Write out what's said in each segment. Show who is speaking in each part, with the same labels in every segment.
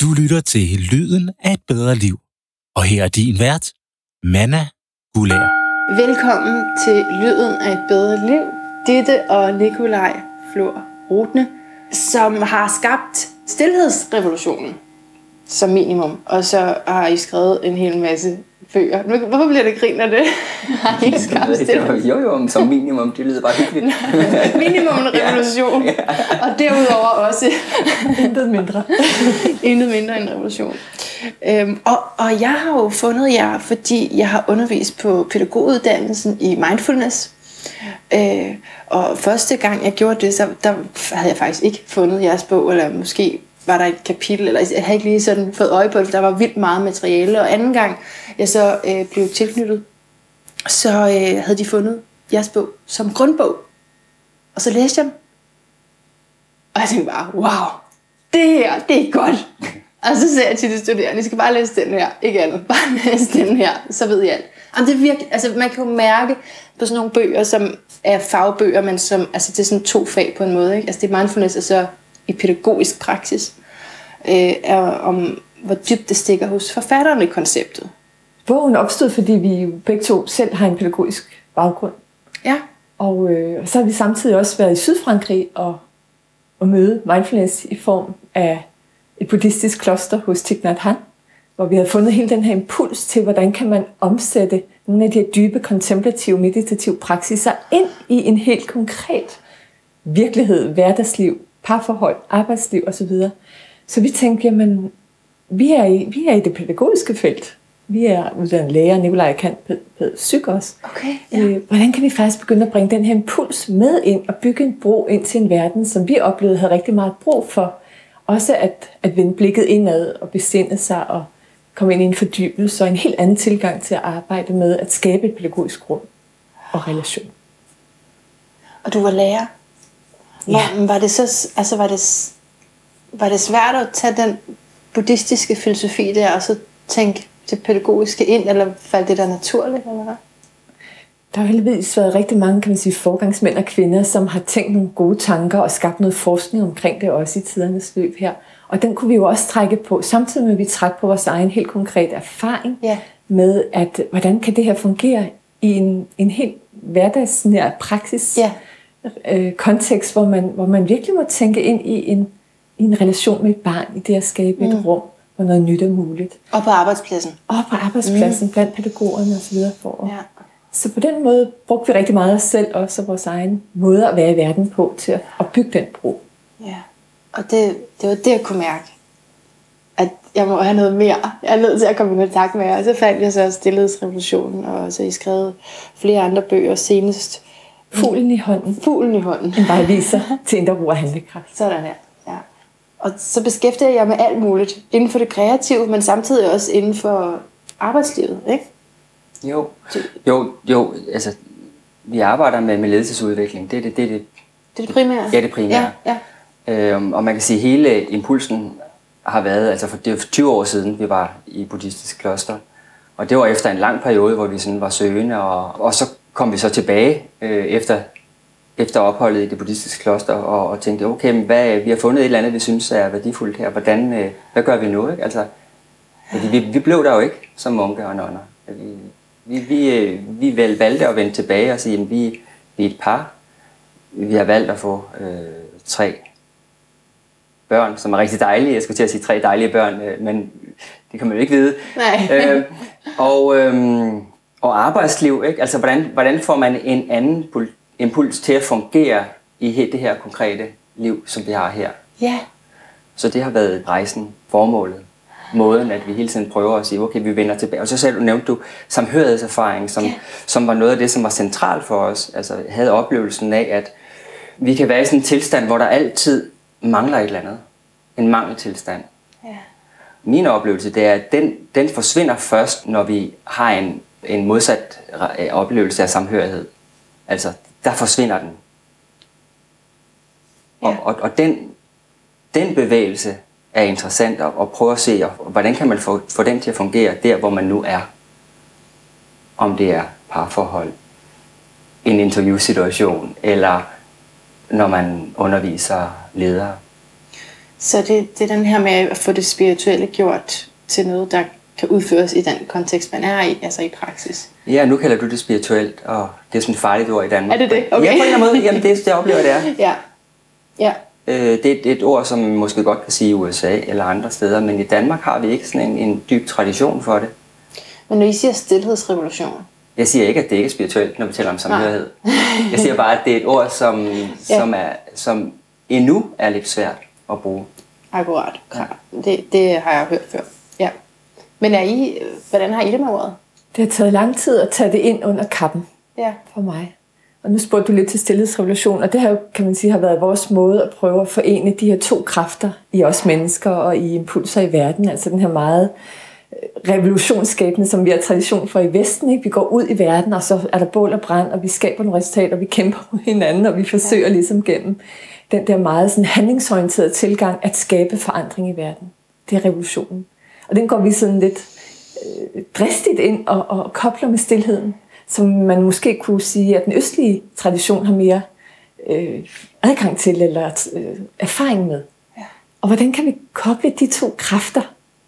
Speaker 1: Du lytter til Lyden af et bedre liv. Og her er din vært, Manna Guldager.
Speaker 2: Velkommen til Lyden af et bedre liv. Ditte og Nikolaj Flor Rotne, som har skabt stilhedsrevolutionen som minimum. Og så har I skrevet en hel masse bøger. Hvorfor bliver det grin af det? Har I ikke skabt stilhed?
Speaker 3: Jo, som minimum. Det lyder bare hyggeligt.
Speaker 2: Minimum en revolution. Ja. Og derudover også
Speaker 4: intet mindre.
Speaker 2: Intet mindre end revolution. Og jeg har jo fundet jer, fordi jeg har undervist på pædagoguddannelsen i mindfulness. Og første gang jeg gjorde det, så der havde jeg faktisk ikke fundet jeres bog, eller måske var der et kapitel, eller jeg havde ikke lige sådan fået øje på det, for der var vildt meget materiale. Og anden gang jeg så blev tilknyttet, så havde de fundet jeres bog som grundbog. Og så læste jeg den. Og jeg tænkte bare, wow, det her, det er godt. Og så sagde jeg til de studerende, I skal bare læse den her, ikke andet. Bare læse den her, så ved I alt. Og det virkelig, altså man kan jo mærke på sådan nogle bøger, som er fagbøger, men som, altså det er sådan 2 fag på en måde, ikke? Altså det er mindfulness, og så i pædagogisk praksis, om hvor dybt det stikker hos forfatterne i konceptet.
Speaker 4: Bogen opstod, fordi vi jo begge to selv har en pædagogisk baggrund.
Speaker 2: Ja.
Speaker 4: Og så har vi samtidig også været i Sydfrankrig og møde mindfulness i form af et buddhistisk kloster hos Thich Nhat Hanh, hvor vi havde fundet hele den her impuls til, hvordan kan man omsætte nogle af de her dybe, kontemplative, meditative praksiser ind i en helt konkret virkelighed, hverdagsliv, parforhold, arbejdsliv osv. Så vi tænkte, jamen, vi er i det pædagogiske felt. Vi er uddannet læger, Nikolaj kan psyk også.
Speaker 2: Okay, ja.
Speaker 4: Hvordan kan vi faktisk begynde at bringe den her impuls med ind og bygge en bro ind til en verden, som vi oplevede havde rigtig meget brug for. Også at vende blikket indad og besinde sig og komme ind i en fordybelse og en helt anden tilgang til at arbejde med at skabe et pædagogisk rum og relation.
Speaker 2: Og du var lærer.
Speaker 4: Ja.
Speaker 2: Var det så, altså var det svært at tage den buddhistiske filosofi der og så tænke det pædagogiske ind, eller faldt det der naturligt, eller hvad?
Speaker 4: Der har heldigvis været rigtig mange, kan man sige, forgangsmænd og kvinder, som har tænkt nogle gode tanker og skabt noget forskning omkring det også i tidernes løb her. Og den kunne vi jo også trække på, samtidig med at vi trækker på vores egen helt konkret erfaring med, at hvordan kan det her fungere i en helt hverdagsnær praksis kontekst, hvor man virkelig må tænke ind i en relation med et barn, i det at skabe et rum, hvor noget nyt er muligt.
Speaker 2: Og på arbejdspladsen.
Speaker 4: Og på arbejdspladsen, blandt pædagogerne osv. Så på den måde brugte vi rigtig meget os selv også, og vores egen måde at være i verden på, til at bygge den bro.
Speaker 2: Ja, og det var det, jeg kunne mærke. At jeg må have noget mere. Jeg er nødt til at komme i kontakt med jer. Og så fandt jeg så stilhedsrevolutionen, og så I skrevet flere andre bøger senest.
Speaker 4: Fuglen i hånden.
Speaker 2: Fuglen i hånden.
Speaker 4: En vejviser til indre ro og handlekraft.
Speaker 2: Sådan her, ja. Og så beskæftiger jeg med alt muligt. Inden for det kreative, men samtidig også inden for arbejdslivet, ikke?
Speaker 3: Jo, altså vi arbejder med ledelsesudvikling. Det er det
Speaker 2: primære?
Speaker 3: Ja, det primære.
Speaker 2: Ja.
Speaker 3: Og man kan sige, at hele impulsen har været, altså for det er 20 år siden, vi var i buddhistisk kloster. Og det var efter en lang periode, hvor vi sådan var søgende, og så kom vi så tilbage efter opholdet i det buddhistiske kloster og tænkte, okay, men vi har fundet et eller andet, vi synes er værdifuldt her. Hvad gør vi nu? Ikke? Altså, fordi vi blev der jo ikke som munke og nonner. Vi valgte at vende tilbage og sige, at vi er et par. Vi har valgt at få 3 børn, som er rigtig dejlige. Jeg skulle til at sige 3 dejlige børn, men det kan man jo ikke vide.
Speaker 2: Nej.
Speaker 3: Og arbejdsliv, ikke? Altså hvordan får man en anden impuls til at fungere i det her konkrete liv, som vi har her?
Speaker 2: Ja.
Speaker 3: Så det har været rejsen, formålet. Måden, at vi hele tiden prøver at sige, okay, vi vender tilbage. Og så nævnte du samhørighedserfaring, som var noget af det, som var centralt for os. Altså havde oplevelsen af, at vi kan være i sådan en tilstand, hvor der altid mangler et eller andet. En mangeltilstand.
Speaker 2: Ja.
Speaker 3: Min oplevelse, det er, at den forsvinder først, når vi har en modsat oplevelse af samhørighed. Altså, der forsvinder den.
Speaker 2: Ja.
Speaker 3: Og den bevægelse er interessant at prøve at se, hvordan kan man få den til at fungere der, hvor man nu er. Om det er parforhold, en interviewsituation, eller når man underviser ledere.
Speaker 2: Så det er den her med at få det spirituelle gjort til noget, der kan udføres i den kontekst, man er i, altså i praksis.
Speaker 3: Ja, nu kalder du det spirituelt, og det er sådan et farligt ord i Danmark.
Speaker 2: Er det det? Okay.
Speaker 3: Ja, på en eller anden måde. Jamen, det oplever jeg, det er.
Speaker 2: Ja.
Speaker 3: Det er et ord, som man måske godt kan sige i USA eller andre steder, men i Danmark har vi ikke sådan en dyb tradition for det.
Speaker 2: Men når I siger stilhedsrevolution?
Speaker 3: Jeg siger ikke, at det ikke er spirituelt, når vi taler om samhørighed. Jeg siger bare, at det er et ord, som endnu er lidt svært at bruge.
Speaker 2: Akkurat. Ja. Det har jeg hørt før. Ja. Men hvordan har I det med ordet?
Speaker 4: Det har taget lang tid at tage det ind under kappen for mig. Og nu spurgte du lidt til stilhedsrevolution, og det her, kan man sige, har været vores måde at prøve at forene de her to kræfter i os mennesker og i impulser i verden. Altså den her meget revolutionsskabende, som vi har tradition for i Vesten. Ikke? Vi går ud i verden, og så er der bål og brand, og vi skaber nogle resultater, og vi kæmper med hinanden, og vi forsøger ligesom gennem den der meget sådan handlingsorienterede tilgang at skabe forandring i verden. Det er revolutionen. Og den går vi sådan lidt dristigt ind og kobler med stilheden, som man måske kunne sige, at den østlige tradition har mere adgang til eller erfaring med. Ja. Og hvordan kan vi koble de to kræfter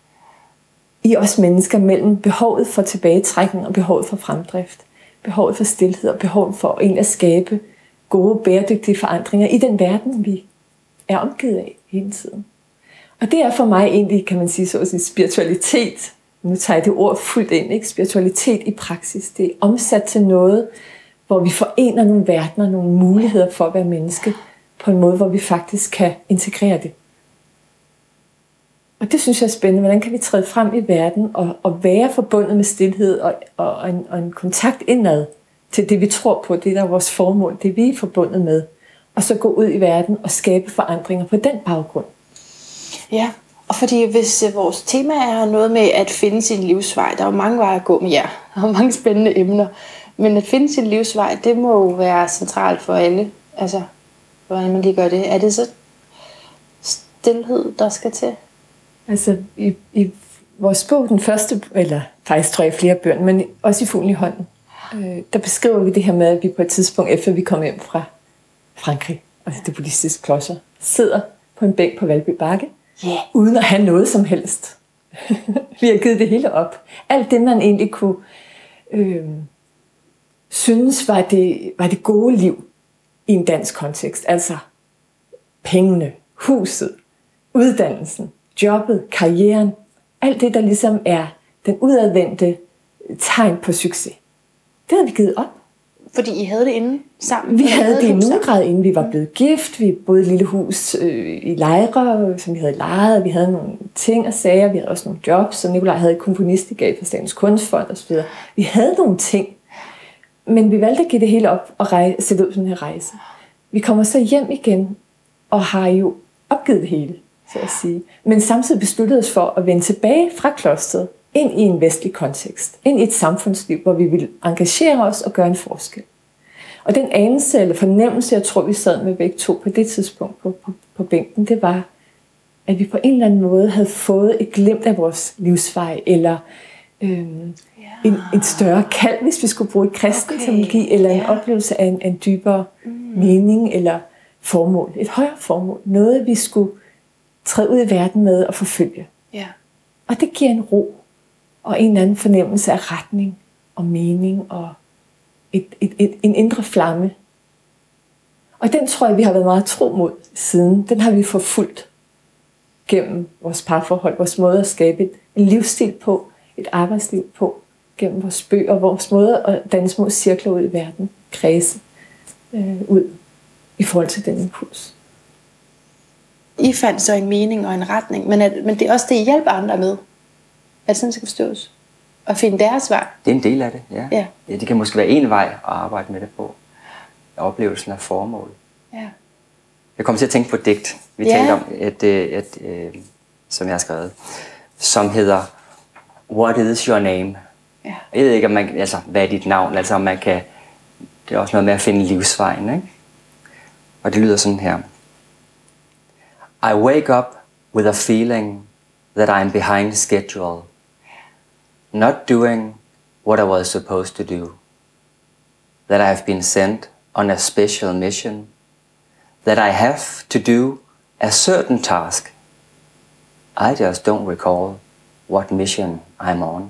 Speaker 4: i os mennesker mellem behovet for tilbagetrækning og behovet for fremdrift, behovet for stilhed og behovet for egentlig at skabe gode, bæredygtige forandringer i den verden, vi er omgivet af hele tiden. Og det er for mig egentlig, kan man sige, så at sige, spiritualitet. Nu tager jeg det ord fuldt ind, ikke? Spiritualitet i praksis. Det er omsat til noget, hvor vi forener nogle verdener, nogle muligheder for at være menneske, på en måde, hvor vi faktisk kan integrere det. Og det synes jeg er spændende. Hvordan kan vi træde frem i verden og være forbundet med stilhed og en kontakt indad til det, vi tror på, det der er vores formål, det vi er forbundet med, og så gå ud i verden og skabe forandringer på den baggrund.
Speaker 2: Ja, og fordi hvis vores tema er noget med at finde sin livsvej, der er jo mange veje at gå med jer, og mange spændende emner, men at finde sin livsvej, det må jo være centralt for alle. Altså, hvordan man lige gør det. Er det så stilhed, der skal til?
Speaker 4: Altså, i vores bog, den første, eller faktisk tror jeg flere bøger, men også i Fuglen i hånden, der beskriver vi det her med, at vi på et tidspunkt, efter vi kom hjem fra Frankrig, altså det buddhistiske kloster, sidder på en bænk på Valby Bakke, uden at have noget som helst. Vi har givet det hele op. Alt det, man egentlig kunne synes var det gode liv i en dansk kontekst. Altså pengene, huset, uddannelsen, jobbet, karrieren. Alt det, der ligesom er den udadvendte tegn på succes. Det havde vi givet op.
Speaker 2: Fordi I havde det inde sammen?
Speaker 4: Vi havde det i nogen grad, inden vi var blevet gift. Vi boede i et lille hus i Lejre, som vi havde lejet. Vi havde nogle ting og sager. Vi havde også nogle jobs, så Nikolaj havde et komponistlegat fra Statens Kunstfond osv. Vi havde nogle ting, men vi valgte at give det hele op og sætte ud på den her rejse. Vi kommer så hjem igen og har jo opgivet det hele, så at sige. Men samtidig besluttede os for at vende tilbage fra klosteret ind i en vestlig kontekst, ind i et samfundsliv, hvor vi ville engagere os og gøre en forskel. Og den anelse eller fornemmelse, jeg tror, vi sad med begge to på det tidspunkt på bænken, det var, at vi på en eller anden måde havde fået et glimt af vores livsvej, eller en større kald, hvis vi skulle bruge et kristen terminologi, eller en oplevelse af en dybere mening eller formål, et højere formål. Noget, vi skulle træde ud i verden med og forfølge.
Speaker 2: Ja.
Speaker 4: Og det giver en ro og en eller anden fornemmelse af retning og mening og en indre flamme. Og den tror jeg, vi har været meget tro mod siden. Den har vi forfulgt gennem vores parforhold, vores måde at skabe en livsstil på, et arbejdsliv på, gennem vores bøger, vores måde at danne små cirkler ud i verden, kredse ud i forhold til den impuls.
Speaker 2: I fandt så en mening og en retning, men det er også det, I hjælper andre med. Er det sådan, det skal forstås? At finde deres vej?
Speaker 3: Det er en del af det, ja. Det kan måske være en vej at arbejde med det på. Oplevelsen af formål.
Speaker 2: Ja.
Speaker 3: Jeg kom til at tænke på et digt, vi talte om, som jeg har skrevet, som hedder What is your name?
Speaker 2: Ja.
Speaker 3: Jeg ved ikke, om man, altså, hvad er dit navn? Altså, om man kan, det er også noget med at finde livsvejen, ikke? Og det lyder sådan her. I wake up with a feeling that I'm behind schedule, not doing what I was supposed to do, that I have been sent on a special mission, that I have to do a certain task I just don't recall what mission I'm on.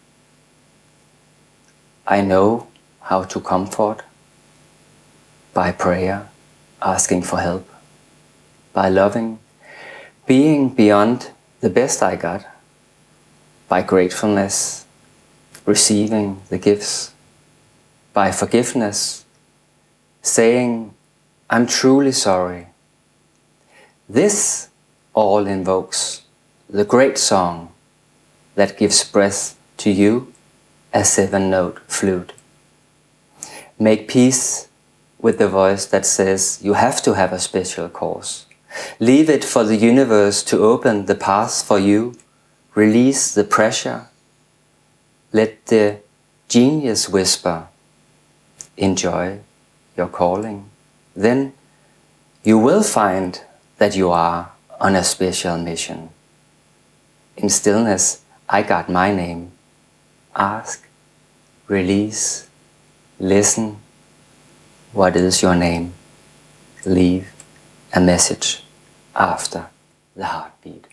Speaker 3: I know how to comfort by prayer, asking for help, by loving, being beyond the best I got, by gratefulness, receiving the gifts, by forgiveness, saying, I'm truly sorry. This all invokes the great song that gives breath to you, a 7-note flute. Make peace with the voice that says you have to have a special course. Leave it for the universe to open the path for you. Release the pressure. Let the genius whisper, enjoy your calling. Then you will find that you are on a special mission. In stillness, I got my name. Ask, release, listen. What is your name? Leave a message after the heartbeat.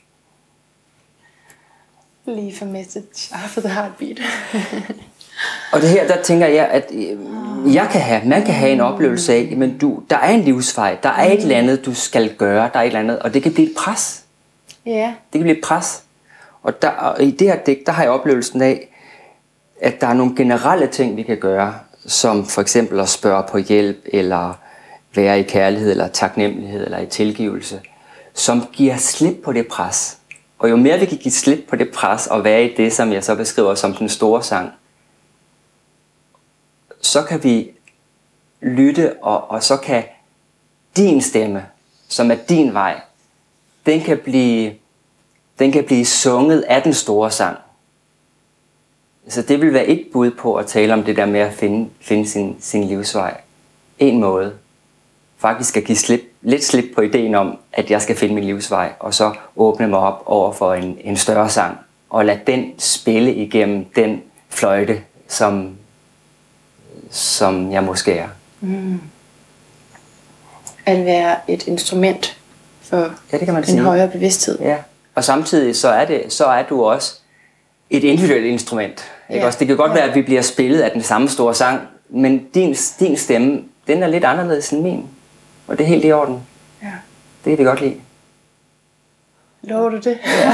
Speaker 2: Leave a message after the heartbeat.
Speaker 3: Og det her, der tænker jeg, at man kan have en oplevelse af, men der er en livsvej, der er et eller andet, du skal gøre, der er et eller andet, og det kan blive et pres.
Speaker 2: Ja.
Speaker 3: Det kan blive et pres. Og i det her digt, der har jeg oplevelsen af, at der er nogle generelle ting, vi kan gøre, som for eksempel at spørge på hjælp, eller være i kærlighed, eller taknemmelighed, eller i tilgivelse, som giver slip på det pres. Og jo mere vi kan give slip på det pres, og være i det, som jeg så beskriver som den store sang, så kan vi lytte, og så kan din stemme, som er din vej, den kan blive sunget af den store sang. Så det vil være et bud på at tale om det der med at finde sin livsvej. En måde. Faktisk at give lidt slip på ideen om, at jeg skal finde min livsvej, og så åbne mig op over for en større sang, og lade den spille igennem den fløjte, som jeg måske er.
Speaker 2: At være et instrument for
Speaker 3: det kan man
Speaker 2: en
Speaker 3: sige.
Speaker 2: højere bevidsthed.
Speaker 3: Ja. Og samtidig så er du også et individuelt instrument. Ikke? Også, det kan godt være, at vi bliver spillet af den samme store sang, men din stemme, den er lidt anderledes end min. Og det er helt i orden.
Speaker 2: Ja.
Speaker 3: Det kan vi godt lide.
Speaker 2: Lover du det? Ja.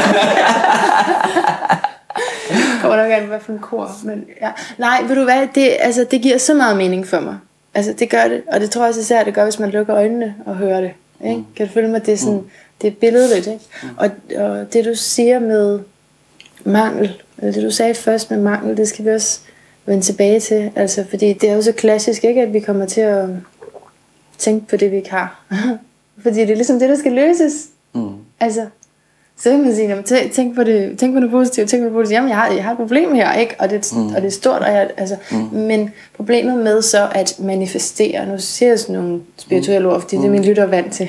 Speaker 2: Kommer nok an, hvad for en kor. Men ja. Nej, ved du hvad, det giver så meget mening for mig. Altså det gør det, og det tror jeg også især, det gør, hvis man lukker øjnene og hører det. Ikke? Kan du følge mig? Det er sådan, det er billedligt, ikke? Og det du siger med mangel, eller det du sagde først med mangel, det skal vi også vende tilbage til. Altså, fordi det er jo så klassisk, ikke, at vi kommer til at tænke på det, vi ikke har. Fordi det er ligesom det, der skal løses. Altså, så kan man sige, jamen, tænk på noget positivt, jamen jeg har et problem her, ikke? Og det er stort, og men problemet med så at manifestere, nu siger jeg sådan nogle spirituelle ord, fordi det er min lytter vant til.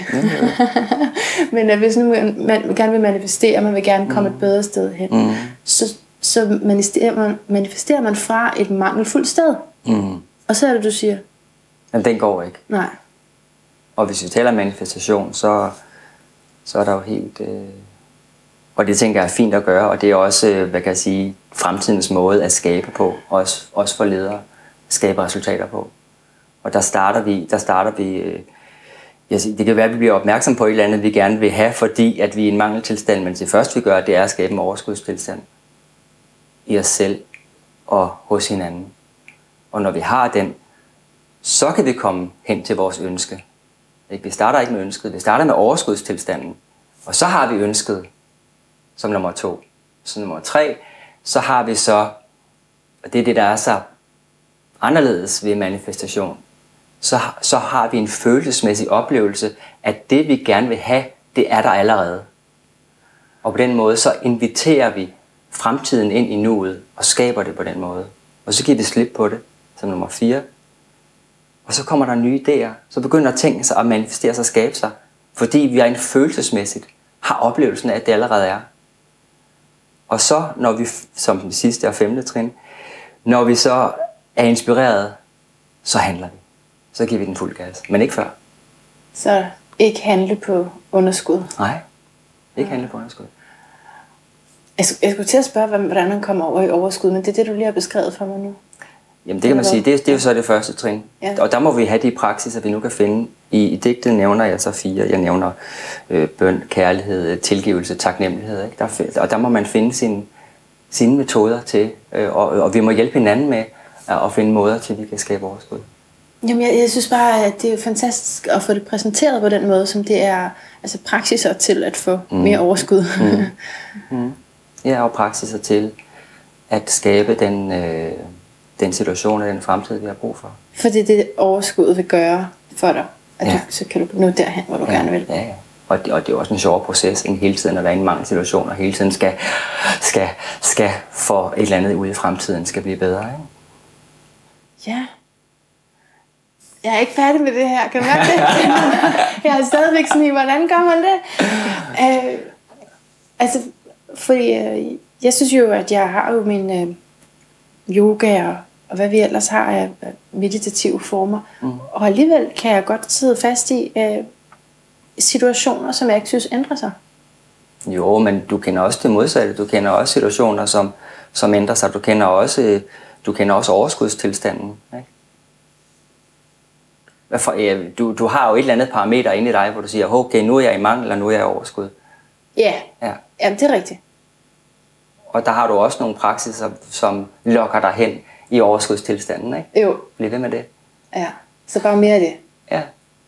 Speaker 2: Men at hvis nu man gerne vil manifestere, man vil gerne komme et bedre sted hen, så manifesterer man fra et mangelfuldt sted. Og så er det, du siger?
Speaker 3: Men den går ikke.
Speaker 2: Nej.
Speaker 3: Og hvis vi taler manifestation, så er der jo helt... Og det tænker jeg er fint at gøre, og det er også, hvad kan jeg sige, fremtidens måde at skabe på, også for ledere, skabe resultater på. Og der starter vi det kan være, at vi bliver opmærksom på et eller andet, vi gerne vil have, fordi at vi er i en mangeltilstand, men det første vi gør, det er at skabe en overskudstilstand i os selv og hos hinanden. Og når vi har den, så kan vi komme hen til vores ønske. Vi starter ikke med ønsket, vi starter med overskudstilstanden, og så har vi ønsket som nummer 2. Så nummer 3, så har vi så, og det er det, der er så anderledes ved manifestation, så har vi en følelsesmæssig oplevelse, at det vi gerne vil have, det er der allerede. Og på den måde, så inviterer vi fremtiden ind i nuet, og skaber det på den måde. Og så giver vi slip på det, som nummer 4. Og så kommer der nye idéer, så begynder tingene sig at manifestere sig og skabe sig, fordi vi er en følelsesmæssigt har oplevelsen af, at det allerede er. Og så, når vi, som den sidste og 5. trin, når vi så er inspireret, så handler vi. Så giver vi den fuld gas, men ikke før.
Speaker 2: Så ikke handle på underskud.
Speaker 3: Nej, ikke handle på underskud.
Speaker 2: Jeg skulle til at spørge, hvordan man kommer over i overskud, men det er det, du lige har beskrevet for mig nu.
Speaker 3: Jamen det kan man sige, det er jo så det første trin.
Speaker 2: Ja.
Speaker 3: Og der må vi have de praksiser, vi nu kan finde. I digtet nævner jeg så 4. Jeg nævner bøn, kærlighed, tilgivelse, taknemmelighed. Ikke? Og der må man finde sine metoder til, og vi må hjælpe hinanden med at finde måder til, at vi kan skabe overskud.
Speaker 2: Jamen, jeg synes bare, at det er fantastisk at få det præsenteret på den måde, som det er altså praksiser til at få mere overskud.
Speaker 3: Ja, og praksiser til at skabe den situation og den fremtid, vi har brug for.
Speaker 2: For det er det, overskuddet vil gøre for dig, at så kan du nå derhen, hvor du gerne vil.
Speaker 3: Ja. Og det er også en sjov proces, hele tiden at være i en mange situationer, hele tiden skal for et eller andet ude i fremtiden skal blive bedre. Ikke?
Speaker 2: Ja. Jeg er ikke færdig med det her, kan du mærke det? Jeg er stadigvæk sådan i, hvordan gør man det? Fordi jeg synes jo, at jeg har jo min yoga og hvad vi ellers har af meditative former. Og alligevel kan jeg godt sidde fast i situationer, som jeg ikke synes ændrer sig.
Speaker 3: Jo, men du kender også det modsatte. Du kender også situationer, som ændrer sig. Du kender også overskudstilstanden. Ikke? Du har jo et eller andet parameter inde i dig, hvor du siger, okay, nu er jeg i mangel, eller nu er jeg i overskud.
Speaker 2: Ja. Jamen, det er rigtigt.
Speaker 3: Og der har du også nogle praksiser, som lokker dig hen i overskudstilstanden, ikke?
Speaker 2: Jo.
Speaker 3: Bliv ved med det.
Speaker 2: Ja, så bare mere af det.
Speaker 3: Ja.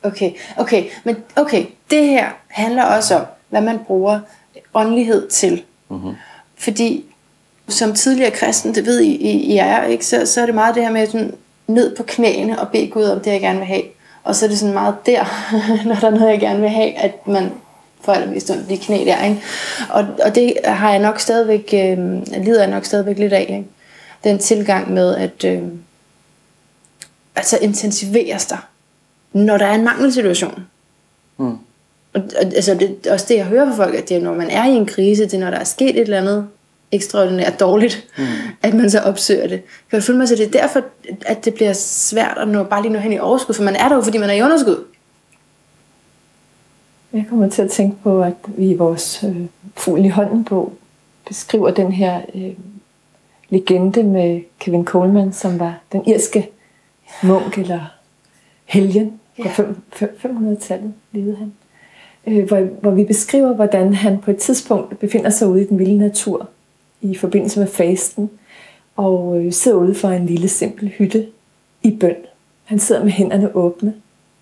Speaker 2: Okay, det her handler også om, hvad man bruger åndelighed til. Fordi som tidligere kristen, det ved I er, ikke? Så er det meget det her med sådan, ned på knæene og bede Gud om det, jeg gerne vil have. Og så er det sådan meget der, når der er noget, jeg gerne vil have, at man får allermest ondt i knæ der. Ikke? Og det har jeg nok stadigvæk, lider jeg nok stadigvæk lidt af. Ikke? Den tilgang med, at altså intensiveres der, når der er en mangelsituation. Altså det er også det, jeg hører fra folk, at det er, når man er i en krise, det er, når der er sket et eller andet ekstraordinært dårligt, at man så opsøger det. Kan du følge mig, så det er derfor, at det bliver svært at bare lige nå hen i overskud, for man er der jo, fordi man er i underskud.
Speaker 4: Jeg kommer til at tænke på, at vi i vores Fuglen i hånden-bog beskriver den her legende med Kevin Coleman, som var den irske munk eller helgen på 500-tallet levede han. Hvor vi beskriver, hvordan han på et tidspunkt befinder sig ude i den vilde natur i forbindelse med fasten, og sidder ude for en lille simpel hytte i bøn. Han sidder med hænderne åbne,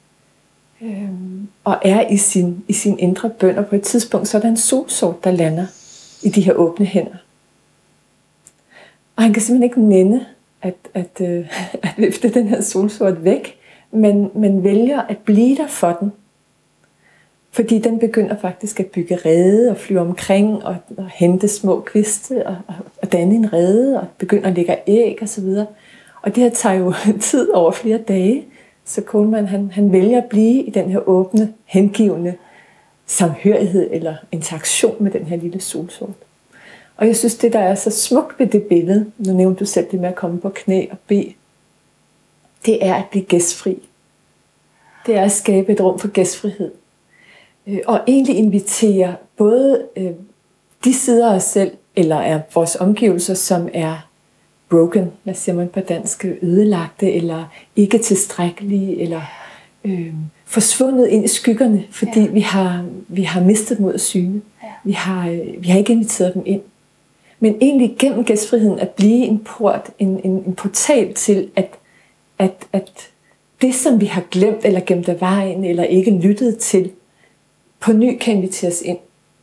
Speaker 4: og er i sin indre bøn, og på et tidspunkt så er der en solsort, der lander i de her åbne hænder. Og han kan simpelthen ikke nænde at løfte den her solsort væk, men vælger at blive der for den. Fordi den begynder faktisk at bygge rede og flyve omkring og hente små kviste og danne en rede og begynder at lægge æg og så videre. Og det her tager jo tid over flere dage, så Coleman han vælger at blive i den her åbne, hengivende samhørighed eller interaktion med den her lille solsort. Og jeg synes, det der er så smukt ved det billede, nu nævnte du selv det med at komme på knæ og bede, det er at blive gæstfri. Det er at skabe et rum for gæstfrihed. Og egentlig invitere både de sider af os selv, eller af vores omgivelser, som er broken, hvad siger man på dansk, ødelagte, eller ikke tilstrækkelige, eller forsvundet ind i skyggerne, fordi vi har mistet mod at syne. Vi har ikke inviteret dem ind. Men egentlig gennem gæstfriheden at blive en port, en portal til, at det, som vi har glemt, eller gemt af vejen, eller ikke lyttet til, på ny kan inviteres ind.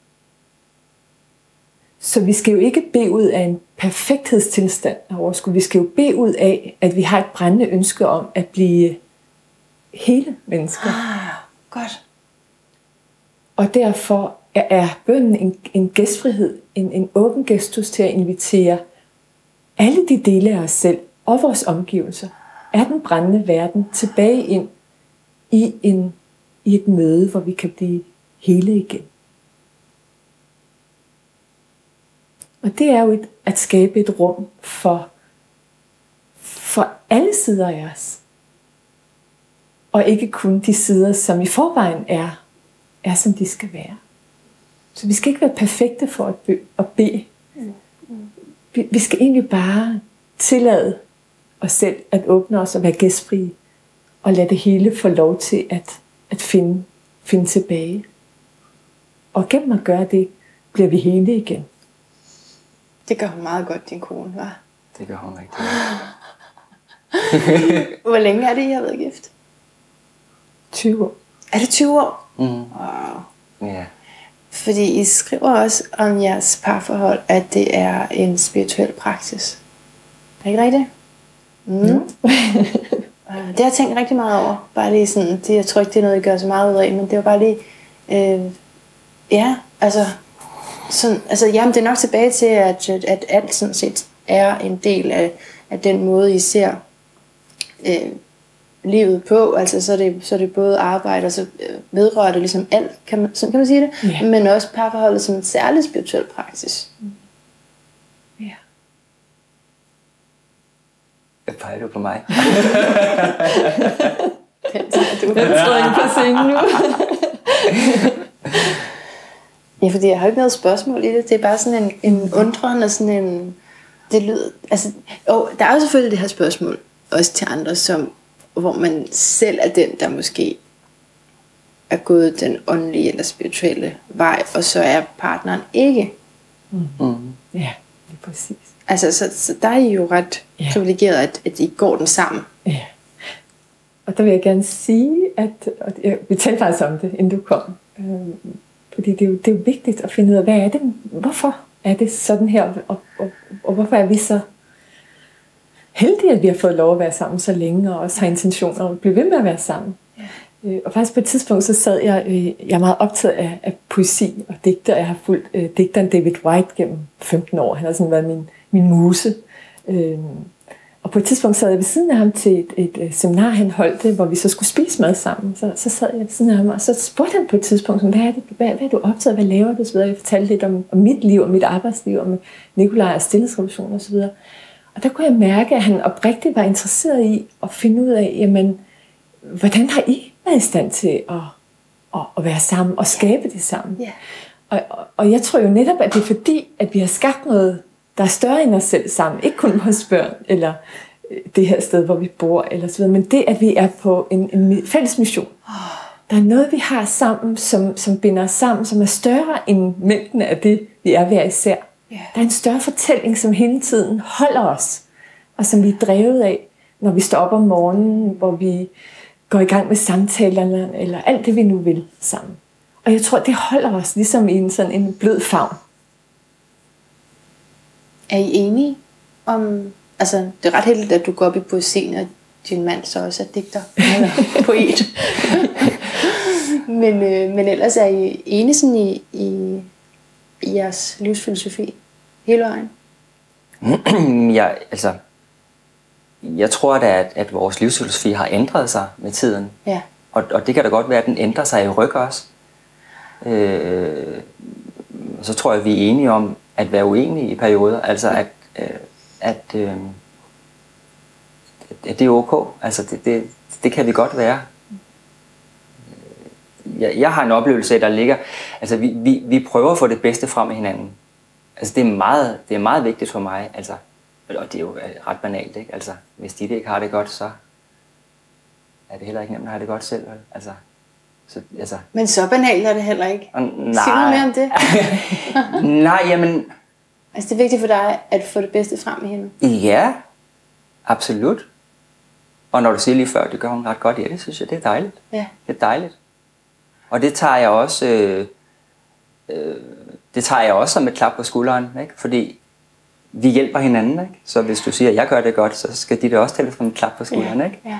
Speaker 4: Så vi skal jo ikke bede ud af en perfekthedstilstand af overskud. Vi skal jo bede ud af, at vi har et brændende ønske om at blive hele mennesker.
Speaker 2: Godt.
Speaker 4: Og derfor er bønnen en gæstfrihed, en åben gestus til at invitere alle de dele af os selv og vores omgivelser af den brændende verden tilbage ind i et møde, hvor vi kan blive hele igen. Og det er jo at skabe et rum for alle sider af os. Og ikke kun de sider, som i forvejen er som de skal være. Så vi skal ikke være perfekte for at bede. Vi skal egentlig bare tillade os selv at åbne os og være gæstfrie, og lade det hele få lov til at finde tilbage. Og gennem at gøre det, bliver vi hele igen.
Speaker 2: Det gør hun meget godt, din kone, hva'?
Speaker 3: Det gør hun rigtig godt.
Speaker 2: Hvor længe er det, I har været gift?
Speaker 4: 20 år.
Speaker 2: Er det 20 år?
Speaker 3: Mm.
Speaker 2: Wow.
Speaker 3: Ja.
Speaker 2: Fordi I skriver også om jeres parforhold, at det er en spirituel praksis. Er det ikke rigtigt? Mm. Det har jeg tænkt rigtig meget over. Bare lige sådan, det, jeg tror ikke, det er noget, I gør så meget ud af, men det var bare lige, jamen det er nok tilbage til, at alt sådan set er en del af den måde, I ser livet på. Altså så er det både arbejde, og så vedrører det ligesom alt, kan man sige det, men også parforholdet som en særlig spirituel praksis.
Speaker 4: Ja.
Speaker 3: Hvad peger du på mig?
Speaker 2: Den tager du.
Speaker 4: Jeg tror ikke på scenen nu.
Speaker 2: Ja, fordi jeg har ikke noget spørgsmål i det. Det er bare sådan en undren og sådan en... Det lyder... Altså, der er jo selvfølgelig det her spørgsmål, også til andre, hvor man selv er den, der måske er gået den åndelige eller spirituelle vej, og så er partneren ikke.
Speaker 4: Ja, det er præcis.
Speaker 2: Altså, så der er I jo ret privilegeret, at I går den sammen.
Speaker 4: Ja. Og der vil jeg gerne sige, vi talte faktisk om det, inden du kom. Fordi det er jo vigtigt at finde ud af, hvad er det, hvorfor er det sådan her, og hvorfor er vi så heldige, at vi har fået lov at være sammen så længe, og også har intentioner om at blive ved med at være sammen. Ja. Og faktisk på et tidspunkt, så sad jeg er meget optaget af poesi og digter. Jeg har fulgt digteren David Whyte gennem 15 år. Han har sådan været min muse. Og på et tidspunkt sad jeg ved siden af ham til et seminar, han holdt, hvor vi så skulle spise mad sammen. Så sad jeg ved siden af ham, og så spurgte han på et tidspunkt, hvad er du optaget, hvad laver du? Så jeg fortalte lidt om mit liv, og mit arbejdsliv, og med Nikolaj og Stillhedsrevolution og så videre. Og der kunne jeg mærke, at han oprigtigt var interesseret i at finde ud af, jamen, hvordan har I været i stand til at være sammen og skabe det sammen? Yeah. Og jeg tror jo netop, at det er fordi, at vi har skabt noget, der er større end os selv sammen. Ikke kun vores børn, eller det her sted, hvor vi bor, eller så videre, men det, at vi er på en fælles mission. Der er noget, vi har sammen, som binder os sammen, som er større end mængden af det, vi er hver især. Yeah. Der er en større fortælling, som hele tiden holder os, og som vi er drevet af, når vi står op om morgenen, hvor vi går i gang med samtalerne, eller alt det, vi nu vil sammen. Og jeg tror, det holder os ligesom i sådan en blød favn.
Speaker 2: Er I enige om... Altså, det er ret heldigt, at du går op i poesien, og din mand så også er digter, eller poet. men ellers er I enige sådan i jeres livsfilosofi hele vejen?
Speaker 3: Jeg tror da, at vores livsfilosofi har ændret sig med tiden.
Speaker 2: Ja.
Speaker 3: Og det kan da godt være, at den ændrer sig i ryg også. Så tror jeg, vi er enige om at være uenige i perioder. Altså at det er ok. Altså det kan vi godt være. Jeg har en oplevelse af, der ligger... Altså vi prøver at få det bedste frem med hinanden. Altså det er meget vigtigt for mig. Altså, og det er jo ret banalt, ikke? Altså hvis de ikke har det godt, så er det heller ikke nemt at have det godt selv. Altså.
Speaker 2: Men så banalt er det heller ikke. Sig noget mere om det.
Speaker 3: Nej, jamen...
Speaker 2: Altså det er vigtigt for dig at få det bedste frem med hende?
Speaker 3: Ja, absolut. Og når du siger lige før, det gør hun ret godt, ja, det synes jeg, det er dejligt.
Speaker 2: Ja.
Speaker 3: Det er dejligt. Og det tager jeg også, som et klap på skulderen, ikke? Fordi vi hjælper hinanden, ikke? Så hvis du siger, at jeg gør det godt, så skal de da også tælle som et klap på skulderen, ikke?
Speaker 2: Ja.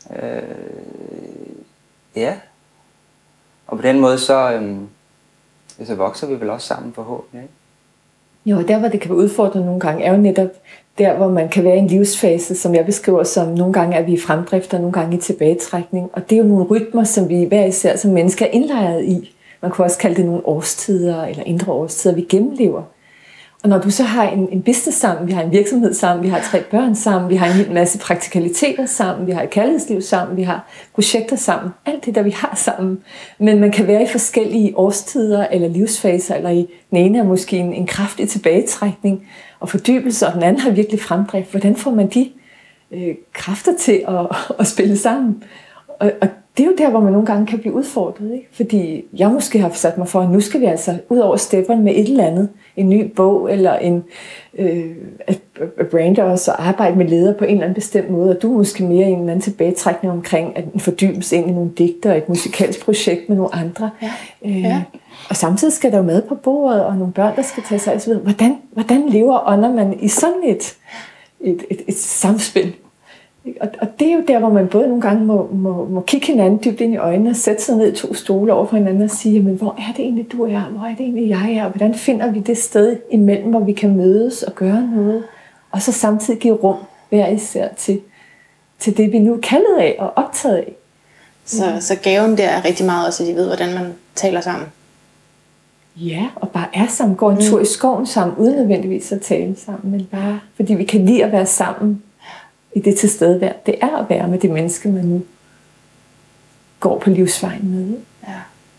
Speaker 3: Ja. Og på den måde, så vokser vi vel også sammen forhåbentlig, ikke?
Speaker 4: Jo, der hvor det kan være udfordrende nogle gange, er jo netop der, hvor man kan være i en livsfase, som jeg beskriver som, nogle gange er vi i fremdrift, og nogle gange i tilbagetrækning. Og det er jo nogle rytmer, som vi hver især som mennesker er indlejret i. Man kunne også kalde det nogle årstider, eller indre årstider, vi gennemlever. Og når du så har en business sammen, vi har en virksomhed sammen, vi har 3 børn sammen, vi har en hel masse praktikaliteter sammen, vi har et kærlighedsliv sammen, vi har projekter sammen, alt det der vi har sammen. Men man kan være i forskellige årstider eller livsfaser, eller i den ene er måske en kraftig tilbagetrækning og fordybelse, og den anden har virkelig fremdrift. Hvordan får man de kræfter til at spille sammen? Og det er jo der, hvor man nogle gange kan blive udfordret, ikke? Fordi jeg måske har sat mig for, at nu skal vi altså ud over stepperne med et eller andet. En ny bog, eller at brande os og arbejde med ledere på en eller anden bestemt måde. Og du er måske mere i en eller anden tilbagetrækning omkring at fordybelse ind i nogle digter og et musikalsk projekt med nogle andre. Ja. Og samtidig skal der jo mad på bordet, og nogle børn, der skal tage sig osv. Hvordan lever og ånder man i sådan et samspil? Og det er jo der, hvor man både nogle gange må kigge hinanden dybt ind i øjnene og sætte sig ned i 2 stole over for hinanden og sige, jamen, hvor er det egentlig, du er? Hvor er det egentlig, jeg er? Hvordan finder vi det sted imellem, hvor vi kan mødes og gøre noget? Og så samtidig give rum hver især til det, vi nu er kaldet af og optaget af.
Speaker 2: Så gaven der er rigtig meget også, at de ved, hvordan man taler sammen.
Speaker 4: Ja, og bare er sammen. Går en tur i skoven sammen, uden nødvendigvis at tale sammen, men bare fordi vi kan lide at være sammen i det tilstedevær. Det er at være med det menneske, man nu går på livsvejen med.
Speaker 2: Ja.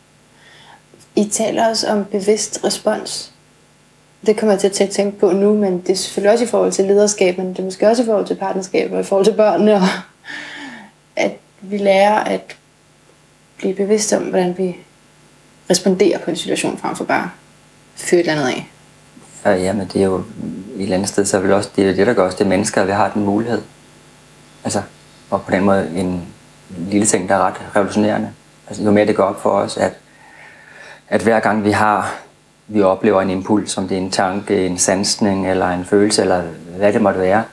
Speaker 2: I taler også om bevidst respons. Det kommer jeg til at tænke på nu, men det er selvfølgelig også i forhold til lederskab, men det er måske også i forhold til partnerskab og i forhold til børnene, og at vi lærer at blive bevidste om, hvordan vi responderer på en situation, frem for bare at fyre et eller andet af.
Speaker 3: Ja, men det er jo et eller andet sted, så er det også det, der gør os det mennesker, at vi har den mulighed. Altså, og på den måde en lille ting, der er ret revolutionerende. Altså, jo mere det går op for os, at hver gang vi oplever en impuls, om det er en tanke, en sansning eller en følelse, eller hvad det måtte være,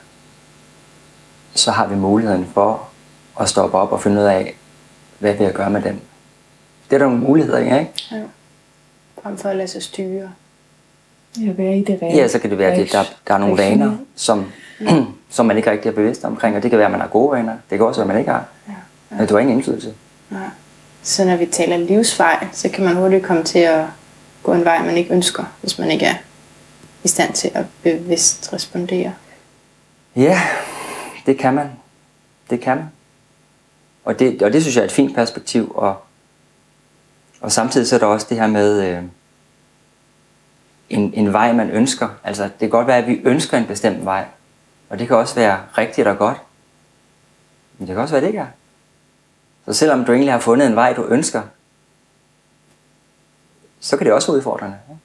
Speaker 3: så har vi muligheden for at stoppe op og finde ud af, hvad vil jeg gøre med den. Det er der nogle muligheder i, ikke?
Speaker 2: Ja. Frem for at lade sig styre.
Speaker 4: Ja, være i det reelle.
Speaker 3: Ja, så kan det være, at der er nogle vaner, som man ikke rigtig er bevidst omkring, og det kan være, at man har gode vaner. Det kan også være, at man ikke har. Ja. Men du har ingen indflydelse.
Speaker 2: Ja. Så når vi taler livsvej, så kan man hurtigt komme til at gå en vej, man ikke ønsker, hvis man ikke er i stand til at bevidst respondere.
Speaker 3: Ja, det kan man. Det kan man. Og det synes jeg er et fint perspektiv. Og samtidig så er der også det her med en vej, man ønsker. Altså, det kan godt være, at vi ønsker en bestemt vej. Og det kan også være rigtigt og godt. Men det kan også være, at det ikke er. Så selvom du egentlig har fundet en vej, du ønsker, så kan det også være udfordrende. Ja?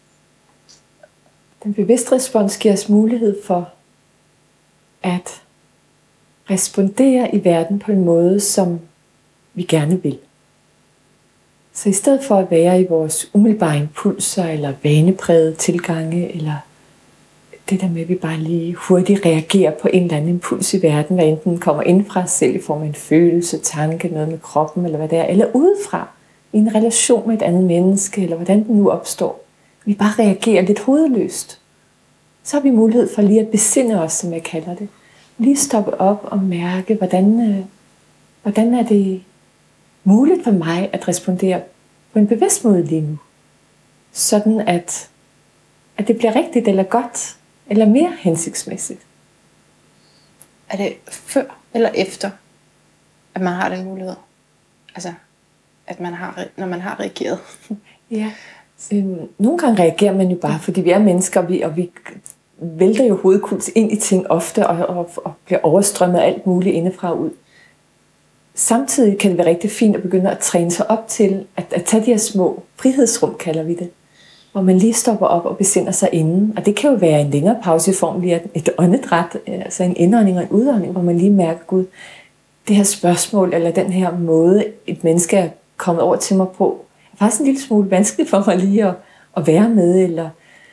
Speaker 4: Den bevidste respons giver os mulighed for at respondere i verden på en måde, som vi gerne vil. Så i stedet for at være i vores umiddelbare impulser, eller vaneprægede tilgange, eller det der med, at vi bare lige hurtigt reagerer på en eller anden impuls i verden, hvad enten kommer ind fra os selv i form af en følelse, tanke, noget med kroppen, eller hvad det er, eller udefra, i en relation med et andet menneske, eller hvordan den nu opstår. Vi bare reagerer lidt hovedløst. Så har vi mulighed for lige at besinde os, som jeg kalder det. Lige stoppe op og mærke, hvordan er det muligt for mig at respondere på en bevidst måde lige nu. Sådan at det bliver rigtigt eller godt, eller mere hensigtsmæssigt.
Speaker 2: Er det før eller efter, at man har den mulighed? Altså, at man har, når man har reageret?
Speaker 4: Ja. Nogle gange reagerer man jo bare, fordi vi er mennesker, og vi vælter jo hovedkuls ind i ting ofte, og bliver overstrømmet af alt muligt indefra og ud. Samtidig kan det være rigtig fint at begynde at træne sig op til at tage de her små frihedsrum, kalder vi det, hvor man lige stopper op og besinder sig inden. Og det kan jo være en længere pause i form af et åndedræt, altså en indånding og en udånding, hvor man lige mærker, Gud, det her spørgsmål, eller den her måde, et menneske er kommet over til mig på, er faktisk en lille smule vanskeligt for mig lige at være med. Eller,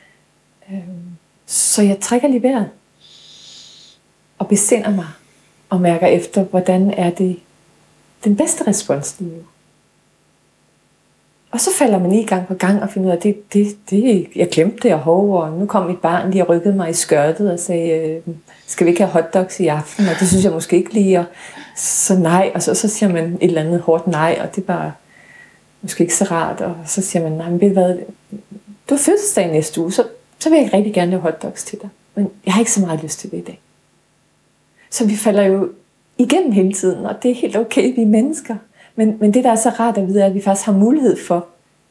Speaker 4: så jeg trækker lige vejret og besinder mig og mærker efter, hvordan er det den bedste respons lige nu. Og så falder man i gang på gang og finder ud af, at jeg glemte det, og nu kom mit barn lige og rykkede mig i skørtet og sagde, skal vi ikke have hotdogs i aften? Og det synes jeg måske ikke lige. Og så nej, og så siger man et eller andet hårdt nej, og det var måske ikke så rart. Og så siger man, nej, men ved du hvad, du har fødselsdag næste uge, så så vil jeg rigtig gerne lave hotdogs til dig. Men jeg har ikke så meget lyst til det i dag. Så vi falder jo igennem hele tiden, og det er helt okay, vi er mennesker. Men det, der er så rart at vide, er, at vi faktisk har mulighed for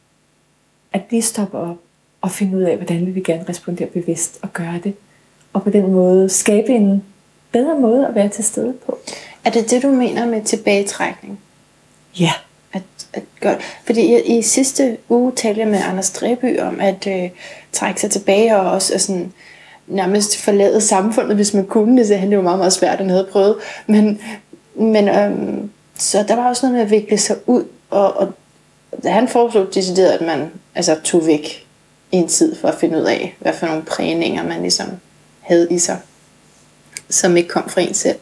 Speaker 4: at lige stoppe op og finde ud af, hvordan vi vil gerne respondere bevidst og gøre det. Og på den måde skabe en bedre måde at være til stede på.
Speaker 2: Er det det, du mener med tilbagetrækning?
Speaker 4: Ja.
Speaker 2: Godt. Fordi i sidste uge talte jeg med Anders Dræby om at trække sig tilbage og også sådan, nærmest forlade samfundet, hvis man kunne. Det var meget, meget svært, han havde prøvet. Men så der var også noget med at vikle sig ud, og han foreslog decideret, at man tog væk i en tid for at finde ud af, hvad for nogle prægninger man ligesom havde i sig, som ikke kom fra en selv.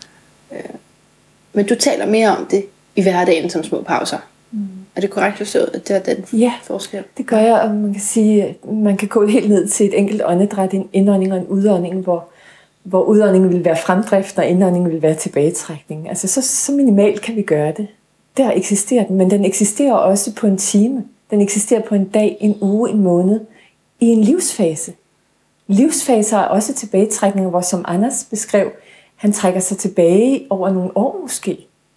Speaker 2: Men du taler mere om det i hverdagen som små pauser. Er det korrekt forstået, at det er den forskel?
Speaker 4: Det gør jeg, og man kan sige, at man kan gå helt ned til et enkelt åndedræt, en indånding og en udånding, hvor udåndingen vil være fremdrift, og indåndingen vil være tilbagetrækning. Altså så minimalt kan vi gøre det. Der eksisterer den, men den eksisterer også på en time. Den eksisterer på en dag, en uge, en måned, i en livsfase. Livsfaser er også tilbagetrækninger, hvor som Anders beskrev, han trækker sig tilbage over nogle år måske.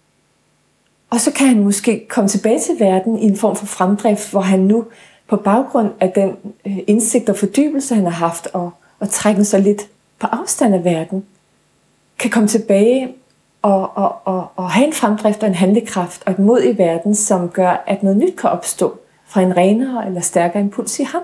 Speaker 4: Og så kan han måske komme tilbage til verden i en form for fremdrift, hvor han nu på baggrund af den indsigt og fordybelse, han har haft, og trækken sig lidt på afstand af verden, kan komme tilbage og have en fremdrift og en handlekraft og et mod i verden, som gør, at noget nyt kan opstå fra en renere eller stærkere impuls i ham.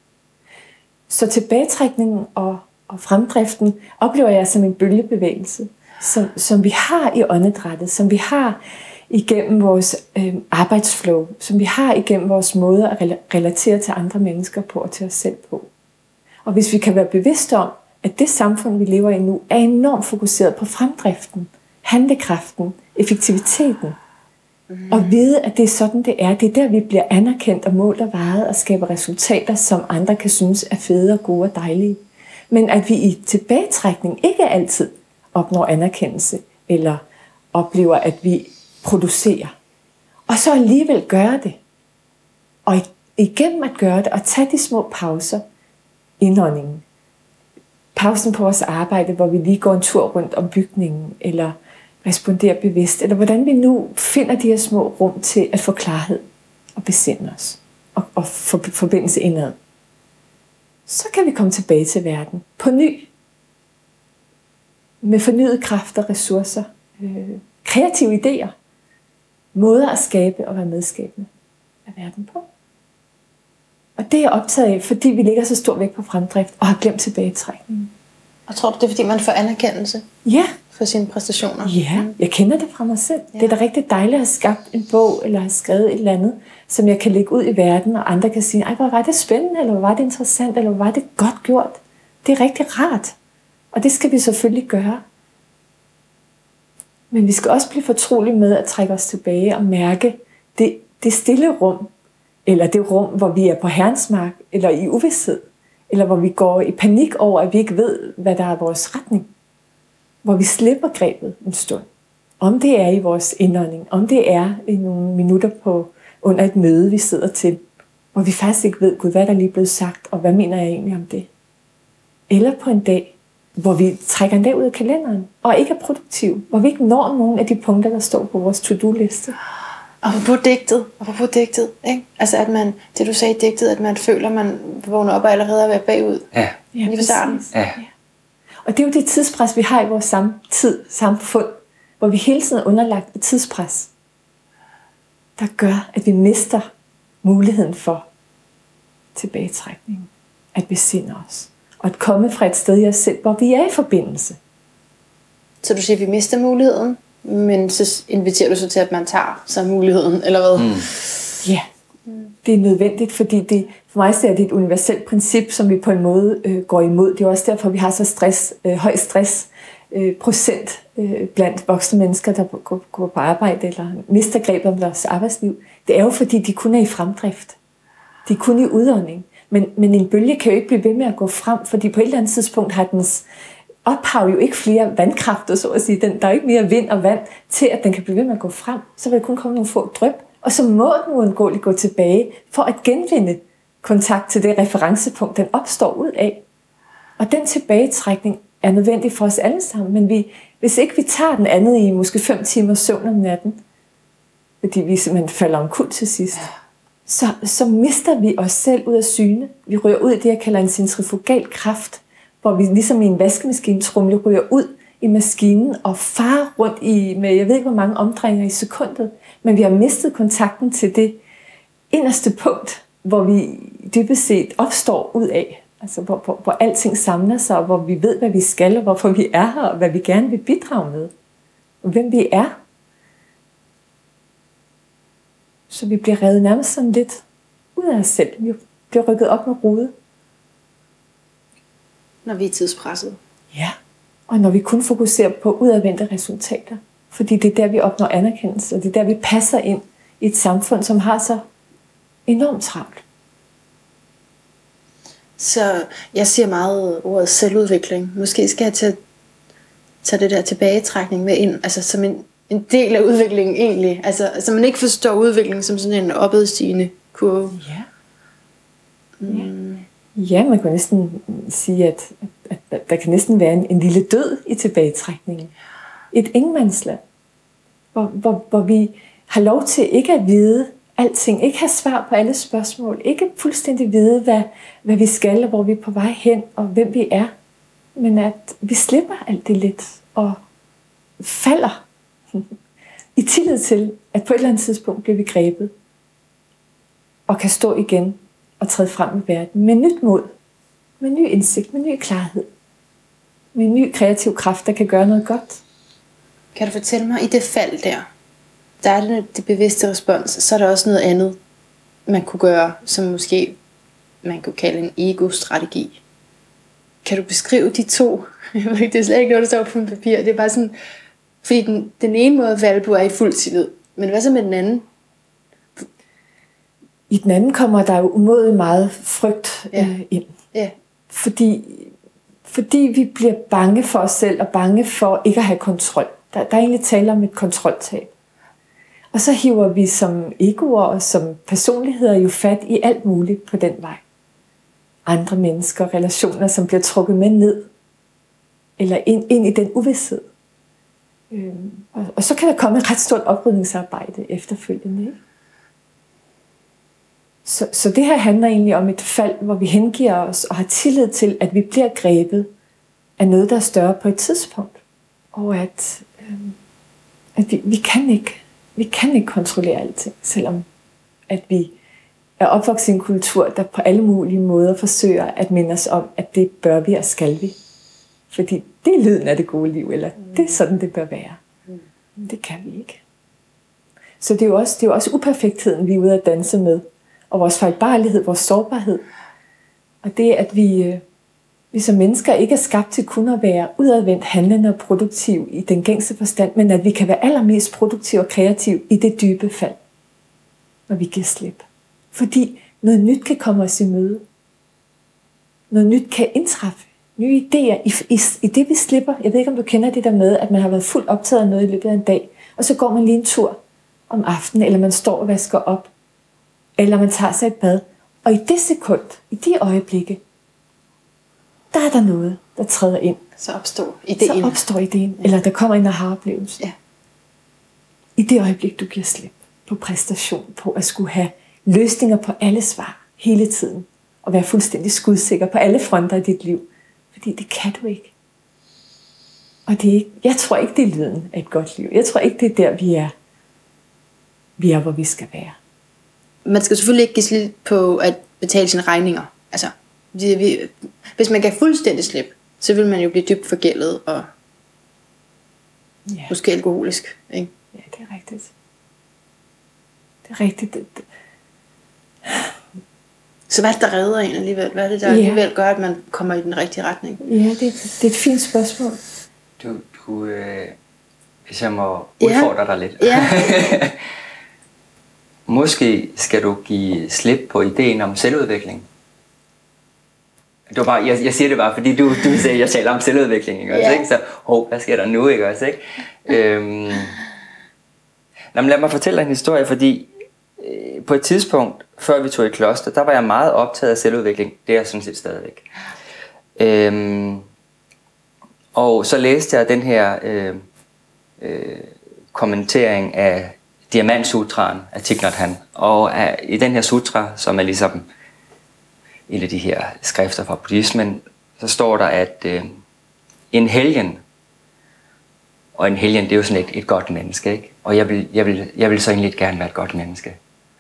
Speaker 4: Så tilbagetrækningen og fremdriften oplever jeg som en bølgebevægelse, som vi har i åndedrættet, som vi har igennem vores arbejdsflow, som vi har igennem vores måde at relatere til andre mennesker på og til os selv på. Og hvis vi kan være bevidste om, at det samfund, vi lever i nu, er enormt fokuseret på fremdriften, handlekraften, effektiviteten, og vide, at det er sådan, det er. Det er der, vi bliver anerkendt og målt og vejet og skaber resultater, som andre kan synes er fede og gode og dejlige. Men at vi i tilbagetrækning ikke altid opnår anerkendelse eller oplever, at vi producerer. Og så alligevel gøre det. Og igennem at gøre det og tage de små pauser, indåndingen, pausen på vores arbejde, hvor vi lige går en tur rundt om bygningen, eller responderer bevidst, eller hvordan vi nu finder de her små rum til at få klarhed og besinde os, og få forbindelse indad. Så kan vi komme tilbage til verden på ny, med fornyede kræfter, ressourcer, kreative idéer, måder at skabe og være medskabende af verden på. Og det er jeg optaget af, fordi vi lægger så stor vægt på fremdrift og har glemt tilbagetrækningen.
Speaker 2: Og tror du, det er, fordi man får anerkendelse?
Speaker 4: Ja.
Speaker 2: For sine præstationer?
Speaker 4: Ja, jeg kender det fra mig selv. Ja. Det er da rigtig dejligt at have skabt en bog, eller have skrevet et eller andet, som jeg kan lægge ud i verden, og andre kan sige, ej, hvor var det spændende, eller hvor var det interessant, eller hvor var det godt gjort. Det er rigtig rart. Og det skal vi selvfølgelig gøre. Men vi skal også blive fortrolige med at trække os tilbage og mærke det stille rum, eller det rum, hvor vi er på Herrens mark, eller i uvished, eller hvor vi går i panik over, at vi ikke ved, hvad der er vores retning. Hvor vi slipper grebet en stund. Om det er i vores indånding, om det er i nogle minutter under et møde, vi sidder til, hvor vi faktisk ikke ved, Gud, hvad der lige er blevet sagt, og hvad mener jeg egentlig om det. Eller på en dag, hvor vi trækker en dag ud af kalenderen, og ikke er produktiv, hvor vi ikke når nogen af de punkter, der står på vores to-do-liste.
Speaker 2: Apropos digtet, ikke? Altså at man, det du sagde i digtet, at man føler, at man vågner op og allerede er ved bagud.
Speaker 3: Ja.
Speaker 2: Lige fra starten.
Speaker 3: Ja.
Speaker 4: Og det er jo det tidspres, vi har i vores samfund, hvor vi hele tiden er underlagt et tidspres, der gør, at vi mister muligheden for tilbagetrækning, at besinde os, og at komme fra et sted i os selv, hvor vi er i forbindelse.
Speaker 2: Så du siger, at vi mister muligheden, men så inviterer du så til, at man tager sig muligheden, eller hvad?
Speaker 4: Ja, det er nødvendigt, fordi for mig er det et universelt princip, som vi på en måde går imod. Det er også derfor, vi har så høj stressprocent blandt voksne mennesker, der går på arbejde eller mister greb om deres arbejdsliv. Det er jo fordi, de kun er i fremdrift. De er kun i udånding. Men en bølge kan jo ikke blive ved med at gå frem, fordi på et eller andet tidspunkt har dens ophav jo ikke flere vandkræfter, så at sige. Der er jo ikke mere vind og vand til, at den kan blive ved med at gå frem. Så vil der kun komme nogle få dryp, og så må den uundgåeligt gå tilbage for at genvinde kontakt til det referencepunkt, den opstår ud af. Og den tilbagetrækning er nødvendig for os alle sammen, men hvis ikke vi tager den andet i måske 5 timer søvn om natten, fordi vi simpelthen falder omkuld til sidst, så mister vi os selv ud af syne. Vi ryger ud i det, jeg kalder en centrifugal kraft, hvor vi ligesom i en vaskemaskine trumler ryger ud i maskinen og farer rundt med jeg ved ikke hvor mange omdrejninger i sekundet, men vi har mistet kontakten til det inderste punkt, hvor vi dybest set opstår ud af. Altså hvor alting samler sig, og hvor vi ved, hvad vi skal, og hvorfor vi er her, og hvad vi gerne vil bidrage med. Og hvem vi er. Så vi bliver revet nærmest sådan lidt ud af os selv. Vi bliver rykket op med rode.
Speaker 2: Når vi er tidspresset.
Speaker 4: Ja, og når vi kun fokuserer på udadvendte resultater. Fordi det er der, vi opnår anerkendelse, og det er der, vi passer ind i et samfund, som har så enormt travlt.
Speaker 2: Så jeg siger meget ordet selvudvikling. Måske skal jeg tage det der tilbagetrækning med ind, altså som en del af udviklingen egentlig. Altså så man ikke forstår udviklingen som sådan en opadstigende kurve.
Speaker 4: Ja. Ja, man kan næsten sige, at der kan næsten være en lille død i tilbagetrækningen. Et ingenmandsland, hvor vi har lov til ikke at vide alting, ikke have svar på alle spørgsmål, ikke fuldstændig vide, hvad vi skal, og hvor vi er på vej hen, og hvem vi er, men at vi slipper alt det lidt, og falder i tillid til, at på et eller andet tidspunkt bliver vi grebet, og kan stå igen og træde frem i verden med nyt mod, med ny indsigt, med ny klarhed, med en ny kreativ kraft, der kan gøre noget godt.
Speaker 2: Kan du fortælle mig, i det fald der er det bevidste respons, så er der også noget andet, man kunne gøre, som måske man kunne kalde en ego-strategi. Kan du beskrive de to? Det er slet ikke noget, der står på en papir. Det er bare sådan, fordi den ene måde at valpe er i fuld tillid. Men hvad så med den anden?
Speaker 4: I den anden kommer der jo umådeligt meget frygt ind.
Speaker 2: Ja.
Speaker 4: Fordi vi bliver bange for os selv, og bange for ikke at have kontrol. Der er egentlig tale om et kontroltab. Og så hiver vi som egoer og som personligheder jo fat i alt muligt på den vej. Andre mennesker, relationer, som bliver trukket med ned. Eller ind i den uvished. Og så kan der komme et ret stort oprydningsarbejde efterfølgende. Ikke? Så det her handler egentlig om et fald, hvor vi hengiver os og har tillid til, at vi bliver grebet af noget, der er større på et tidspunkt. Og at vi kan ikke kontrollere alting, selvom at vi er opvokset i en kultur, der på alle mulige måder forsøger at minde os om, at det bør vi og skal vi. Fordi det er lyden af det gode liv, eller det er sådan, det bør være. Men det kan vi ikke. Så det er jo også uperfektheden, vi er ude at danse med. Og vores fejlbarlighed, vores sårbarhed. Og det, at vi som mennesker ikke er skabt til kun at være udadvendt, handlende og produktiv i den gængse forstand, men at vi kan være allermest produktive og kreative i det dybe fald, når vi giver slip. Fordi noget nyt kan komme os i møde. Noget nyt kan indtræffe. Nye idéer i det, vi slipper. Jeg ved ikke, om du kender det der med, at man har været fuldt optaget af noget i løbet af en dag, og så går man lige en tur om aftenen, eller man står og vasker op, eller man tager sig et bad. Og i det sekund, i de øjeblikke, der er der noget, der træder ind.
Speaker 2: Så opstår ideen.
Speaker 4: Ja. Eller der kommer en aha-oplevelse.
Speaker 2: Ja.
Speaker 4: I det øjeblik, du giver slip på præstation, på at skulle have løsninger på alle svar hele tiden, og være fuldstændig skudsikker på alle fronter i dit liv. Fordi det kan du ikke. Og det er ikke, jeg tror ikke, det er lyden af et godt liv. Jeg tror ikke, det er der, vi er, hvor vi skal være.
Speaker 2: Man skal selvfølgelig ikke give slip på at betale sine regninger. Altså, hvis man kan fuldstændig slippe, så vil man jo blive dybt forgældet og måske alkoholisk. Ikke?
Speaker 4: Ja, det er rigtigt. Det er rigtigt.
Speaker 2: Så hvad er det, der redder en alligevel? Hvad er det, der alligevel gør, at man kommer i den rigtige retning?
Speaker 4: Ja, det er et fint spørgsmål.
Speaker 3: Hvis jeg må udfordre dig lidt.
Speaker 2: Ja.
Speaker 3: Måske skal du give slip på ideen om selvudvikling. Det var bare, jeg siger det bare, fordi du sagde, at jeg taler om selvudvikling, ikke? Yeah. Ikke? Så hvad sker der nu, ikke også, ikke? Lad mig fortælle dig en historie, fordi på et tidspunkt før vi tog i kloster, der var jeg meget optaget af selvudvikling. Det er jeg sådan set stadigvæk. Og så læste jeg den her kommentering af Diamant Sutraen af Thich Nhat Hanh. Og i den her sutra, som er ligesom en af de her skrifter fra buddhismen, så står der, at en helgen, og en helgen, det er jo sådan et godt menneske, ikke? Og jeg vil så egentlig gerne være et godt menneske.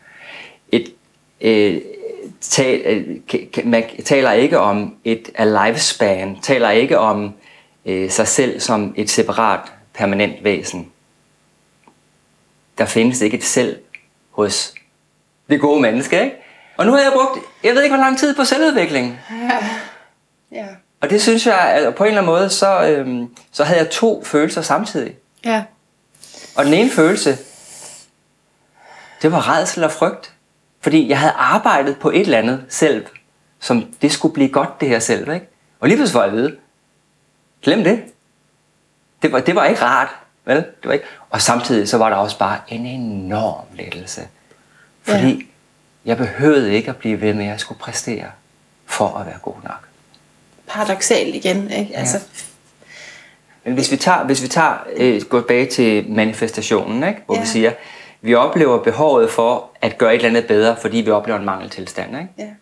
Speaker 3: Man taler ikke om et lifespan, taler ikke om sig selv som et separat, permanent væsen. Der findes ikke et selv hos det gode menneske, ikke? Og nu har jeg brugt, jeg ved ikke hvor lang tid på selvudvikling.
Speaker 2: Ja.
Speaker 3: Og det synes jeg, at på en eller anden måde, så havde jeg 2 følelser samtidig.
Speaker 2: Ja.
Speaker 3: Og den ene følelse, det var rædsel og frygt. Fordi jeg havde arbejdet på et eller andet selv, som det skulle blive godt det her selv, ikke? Og lige pludselig får jeg at vide, glem det. Det var ikke rart, vel? Det var ikke. Og samtidig så var der også bare en enorm lettelse. Fordi jeg behøvede ikke at blive ved med at skulle præstere for at være god nok.
Speaker 2: Paradoksalt igen, ikke? Altså.
Speaker 3: Men hvis vi tager går tilbage til manifestationen, ikke? Hvor vi siger, vi oplever behovet for at gøre et eller andet bedre, fordi vi oplever en mangeltilstand, ikke?
Speaker 2: Ja.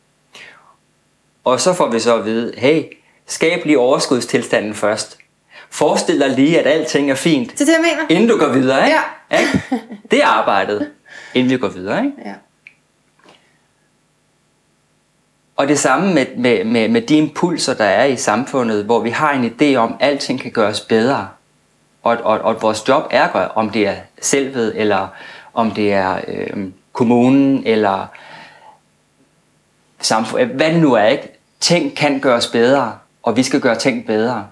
Speaker 3: Og så får vi så at vide, hey, skab lige overskudstilstanden først. Forestil dig lige, at alting er fint.
Speaker 2: Det er det, jeg mener.
Speaker 3: Inden du går videre, ikke?
Speaker 2: Ja.
Speaker 3: Det er arbejdet, inden vi går videre, ikke?
Speaker 2: Ja.
Speaker 3: Og det samme med de impulser, der er i samfundet, hvor vi har en idé om, at alting kan gøres bedre. Og vores job er, om det er selvet, eller om det er kommunen, eller samfundet, hvad det nu er, ikke? Ting kan gøres bedre, og vi skal gøre ting bedre.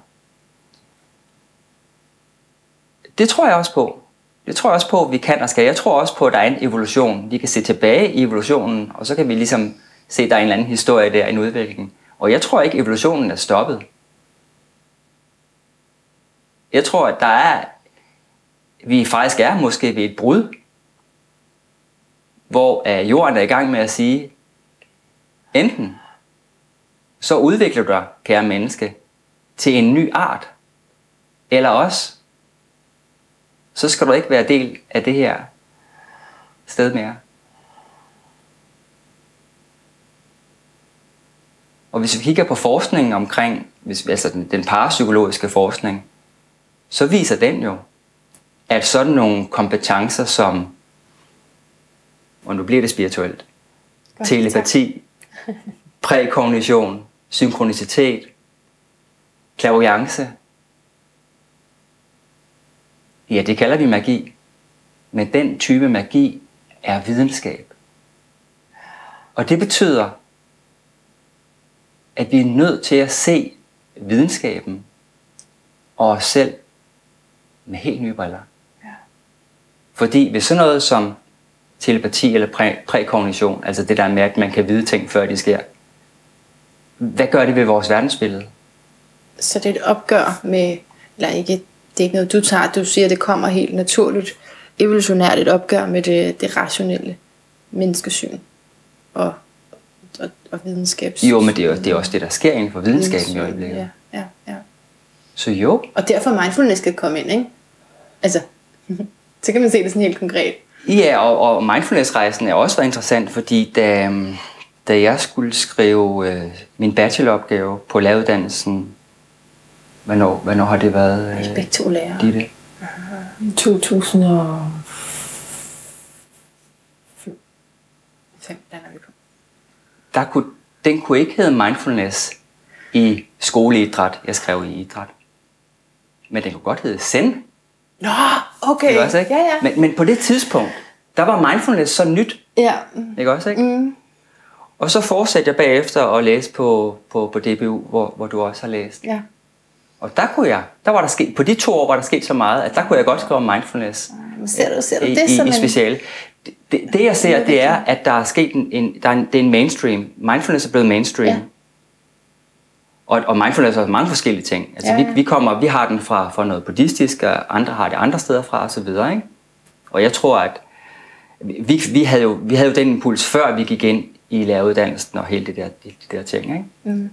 Speaker 3: Det tror jeg også på. Det tror jeg også på, at vi kan og skal. Jeg tror også på, at der er en evolution. Vi kan se tilbage i evolutionen, og så kan vi ligesom se, at der er en eller anden historie der, en udvikling. Og jeg tror ikke, at evolutionen er stoppet. Jeg tror, at vi faktisk er måske ved et brud, hvor jorden er i gang med at sige, enten så udvikler du dig, kære menneske, til en ny art, eller også, så skal du ikke være del af det her sted mere. Og hvis vi kigger på forskningen omkring, altså den parapsykologiske forskning, så viser den jo, at sådan nogle kompetencer som, og nu bliver det spirituelt, telepati, prækognition, synkronicitet, clairvoyance, ja, det kalder vi magi. Men den type magi er videnskab. Og det betyder, at vi er nødt til at se videnskaben og os selv med helt nye briller. Ja. Fordi hvis sådan noget som telepati eller prækognition, altså det der med, at man kan vide ting før de sker, hvad gør det ved vores verdensbillede?
Speaker 2: Så det er et opgør med, eller ikke, det er ikke noget du tager, du siger, det kommer helt naturligt, evolutionært et opgør med det rationelle menneskesyn og videnskabssyn.
Speaker 3: Jo, men det er også det, der sker inden for videnskaben i øjeblikket.
Speaker 2: Ja.
Speaker 3: Så jo.
Speaker 2: Og derfor mindfulness skal komme ind, ikke? Altså, så kan man se det sådan helt konkret.
Speaker 3: Ja, og mindfulness-rejsen er også været interessant, fordi da jeg skulle skrive min bacheloropgave på læreruddannelsen, hvornår har det været?
Speaker 2: I begge to lærer.
Speaker 3: Ditte?
Speaker 2: 2005, der er vi på.
Speaker 3: Den kunne ikke hedde mindfulness i skoleidræt. Jeg skrev i idræt. Men den kunne godt hedde zen.
Speaker 2: Nå, okay.
Speaker 3: Ikke også, ikke?
Speaker 2: Ja.
Speaker 3: Men på det tidspunkt, der var mindfulness så nyt.
Speaker 2: Ja.
Speaker 3: Ikke også, ikke? Mm. Og så fortsatte jeg bagefter at læse på DBU, hvor du også har læst.
Speaker 2: Ja.
Speaker 3: Og der var der sket, på de 2 år var der sket så meget, at der kunne jeg godt skrive om mindfulness.
Speaker 2: Ser du det som
Speaker 3: i speciale. Det jeg ser, det er, at der er sket det er en mainstream. Mindfulness er blevet mainstream. Ja. Og mindfulness er mange forskellige ting. Altså vi har den fra noget buddhistisk, og andre har det andre steder fra, og så videre, ikke? Og jeg tror, vi havde jo den impuls, før vi gik ind i læreruddannelsen og hele de der ting, ikke?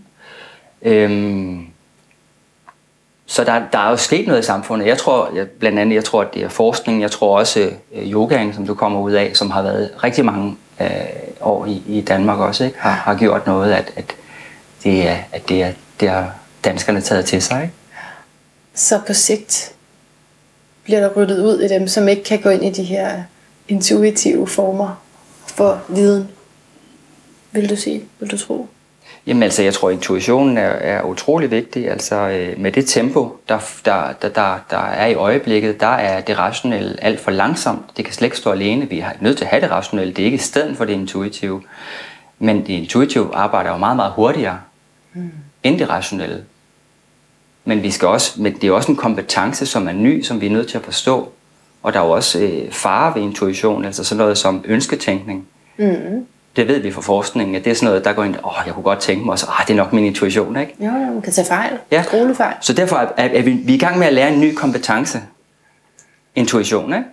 Speaker 3: Så der er jo sket noget i samfundet. Jeg tror, at det er forskning. Jeg tror også yogaen, som du kommer ud af, som har været rigtig mange år i Danmark også, ikke? Har gjort noget, at det har danskerne taget til sig, ikke?
Speaker 2: Så på sigt bliver der ryddet ud i dem, som ikke kan gå ind i de her intuitive former for viden. Vil du sige? Vil du tro?
Speaker 3: Jamen altså, jeg tror, intuitionen er utrolig vigtig. Altså med det tempo, der er i øjeblikket, der er det rationelle alt for langsomt. Det kan slet ikke stå alene. Vi er nødt til at have det rationelle. Det er ikke i stedet for det intuitive. Men det intuitive arbejder jo meget, meget hurtigere end det rationelle. Men det er også en kompetence, som er ny, som vi er nødt til at forstå. Og der er jo også fare ved intuition, altså sådan noget som ønsketænkning. Det ved vi fra forskningen, at det er sådan noget, der går ind, jeg kunne godt tænke mig, og så, det er nok min intuition, ikke?
Speaker 2: Jo, man kan tage fejl.
Speaker 3: Ja.
Speaker 2: Skolefejl.
Speaker 3: Så derfor er vi i gang med at lære en ny kompetence. Intuition, ikke?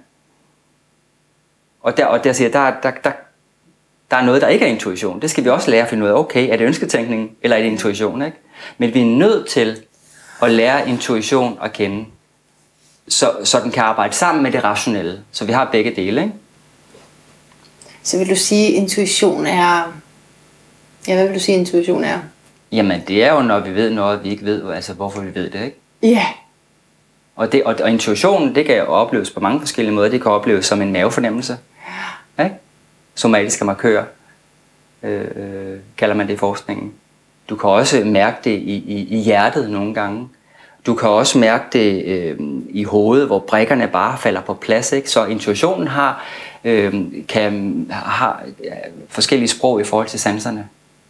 Speaker 3: Og der siger der er noget, der ikke er intuition. Det skal vi også lære at finde ud af. Okay, er det ønsketænkning, eller er det intuition, ikke? Men vi er nødt til at lære intuition at kende, så den kan arbejde sammen med det rationelle. Så vi har begge dele, ikke?
Speaker 2: Så vil du sige, at intuition er... Ja, hvad vil du sige, intuition er?
Speaker 3: Jamen, det er jo, når vi ved noget, vi ikke ved, altså hvorfor vi ved det, ikke?
Speaker 2: Ja.
Speaker 3: Og intuitionen, det kan jo opleves på mange forskellige måder. Det kan opleves som en mavefornemmelse. Ikke? Somatiske markører, kalder man det i forskningen. Du kan også mærke det i hjertet nogle gange. Du kan også mærke det i hovedet, hvor brikkerne bare falder på plads, ikke? Så intuitionen har forskellige sprog i forhold til sanserne.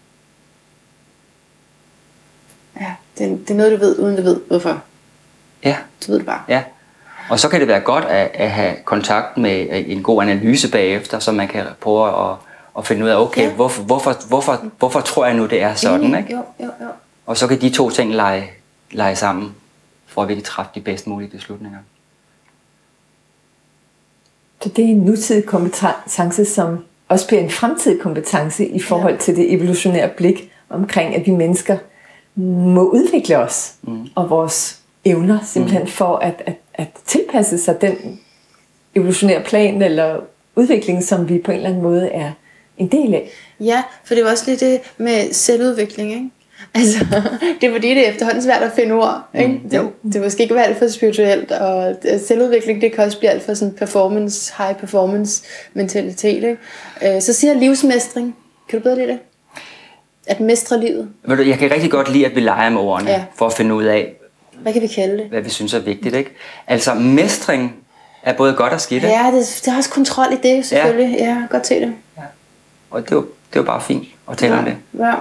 Speaker 2: Ja, det er noget, du ved, uden du ved hvorfor.
Speaker 3: Ja.
Speaker 2: Du ved det bare.
Speaker 3: Ja. Og så kan det være godt at have kontakt med en god analyse bagefter, så man kan prøve at finde ud af, okay, hvorfor tror jeg nu, det er sådan, ikke?
Speaker 2: Jo.
Speaker 3: Og så kan de to ting lege sammen, for at vi kan træffe de bedst mulige beslutninger.
Speaker 4: Så det er en nutidig kompetence, som også bliver en fremtidig kompetence i forhold til det evolutionære blik omkring, at vi mennesker må udvikle os og vores evner simpelthen for at tilpasse sig den evolutionære plan eller udvikling, som vi på en eller anden måde er en del af.
Speaker 2: Ja, for det var også lidt det med selvudvikling, ikke? Altså, det er fordi, det er efterhånden svært at finde ord, ikke? Det måske ikke være alt for spirituelt, og selvudvikling, det kan også blive alt for sådan high performance mentalitet, ikke? Så siger livsmestring. Kan du bedre lide det? At mestre livet?
Speaker 3: Jeg kan rigtig godt lide, at vi leger med ordene, for at finde ud af,
Speaker 2: hvad kan vi kalde det?
Speaker 3: Hvad vi synes er vigtigt, ikke? Altså, mestring er både godt og skidt.
Speaker 2: Ja, det er også kontrol i det, selvfølgelig. Ja, godt se det.
Speaker 3: Ja. Og det er jo bare fint at tale om det.
Speaker 2: Ja.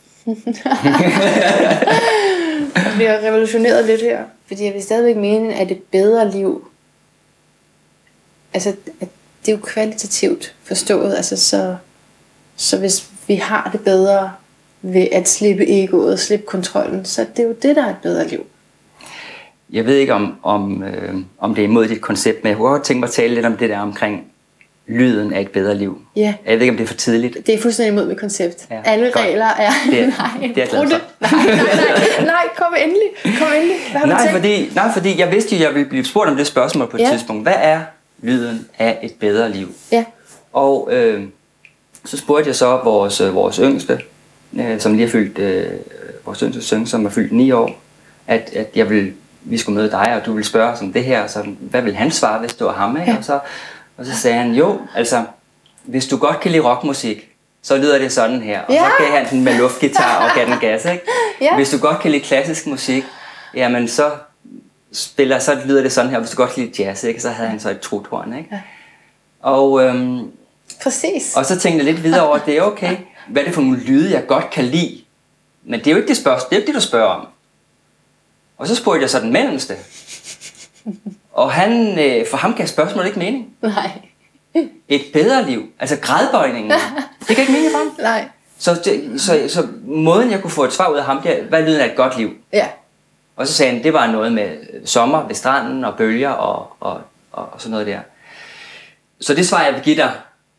Speaker 2: Jeg bliver revolutioneret lidt her. Fordi jeg vil stadigvæk mene, at et bedre liv, altså, at det er jo kvalitativt forstået. Altså, så hvis vi har det bedre ved at slippe egoet, slippe kontrollen, så det er jo det, der er et bedre liv.
Speaker 3: Jeg ved ikke, om det er imod dit koncept, men jeg kunne godt tænke mig at tale lidt om det der omkring lyden af et bedre liv.
Speaker 2: Ja.
Speaker 3: Jeg ved ikke, om det er for tidligt.
Speaker 2: Det er fuldstændig imod mit koncept.
Speaker 3: Ja,
Speaker 2: alle
Speaker 3: godt.
Speaker 2: regler er...
Speaker 3: Det er jeg glad for.
Speaker 2: Nej, kom endelig. Hvad har du tænkt?
Speaker 3: Fordi jeg vidste jo, at jeg ville blive spurgt om det spørgsmål på et tidspunkt. Hvad er lyden af et bedre liv?
Speaker 2: Ja.
Speaker 3: Og så spurgte jeg så vores yngste, som lige har fyldt, vores yngste søn, som er fyldt 9 år, at vi skulle møde dig, og du ville spørge os om det her, så hvad ville han svare, hvis det var ham? Ikke? Ja. Og så sagde han, jo, altså, hvis du godt kan lide rockmusik, så lyder det sådan her. Og så gav han den med luftgitar og gav den gas, ikke? Ja. Hvis du godt kan lide klassisk musik, jamen så lyder det sådan her. Hvis du godt kan lide jazz, ikke? Så havde han så et truthorn, ikke? Ja. Og,
Speaker 2: præcis.
Speaker 3: Og så tænkte jeg lidt videre over, at det er okay. Hvad er det for nogle lyde, jeg godt kan lide? Men det er jo ikke det du spørger om. Og så spurgte jeg så den mellemste. Og for ham gav spørgsmålet ikke mening.
Speaker 2: Nej.
Speaker 3: Et bedre liv, altså gradbøjningen, det gav ikke mening for ham.
Speaker 2: Nej.
Speaker 3: Så måden jeg kunne få et svar ud af ham, det er, hvad lyden af et godt liv?
Speaker 2: Ja.
Speaker 3: Og så sagde han, det var noget med sommer ved stranden og bølger og sådan noget der. Så det svar jeg vil give dig,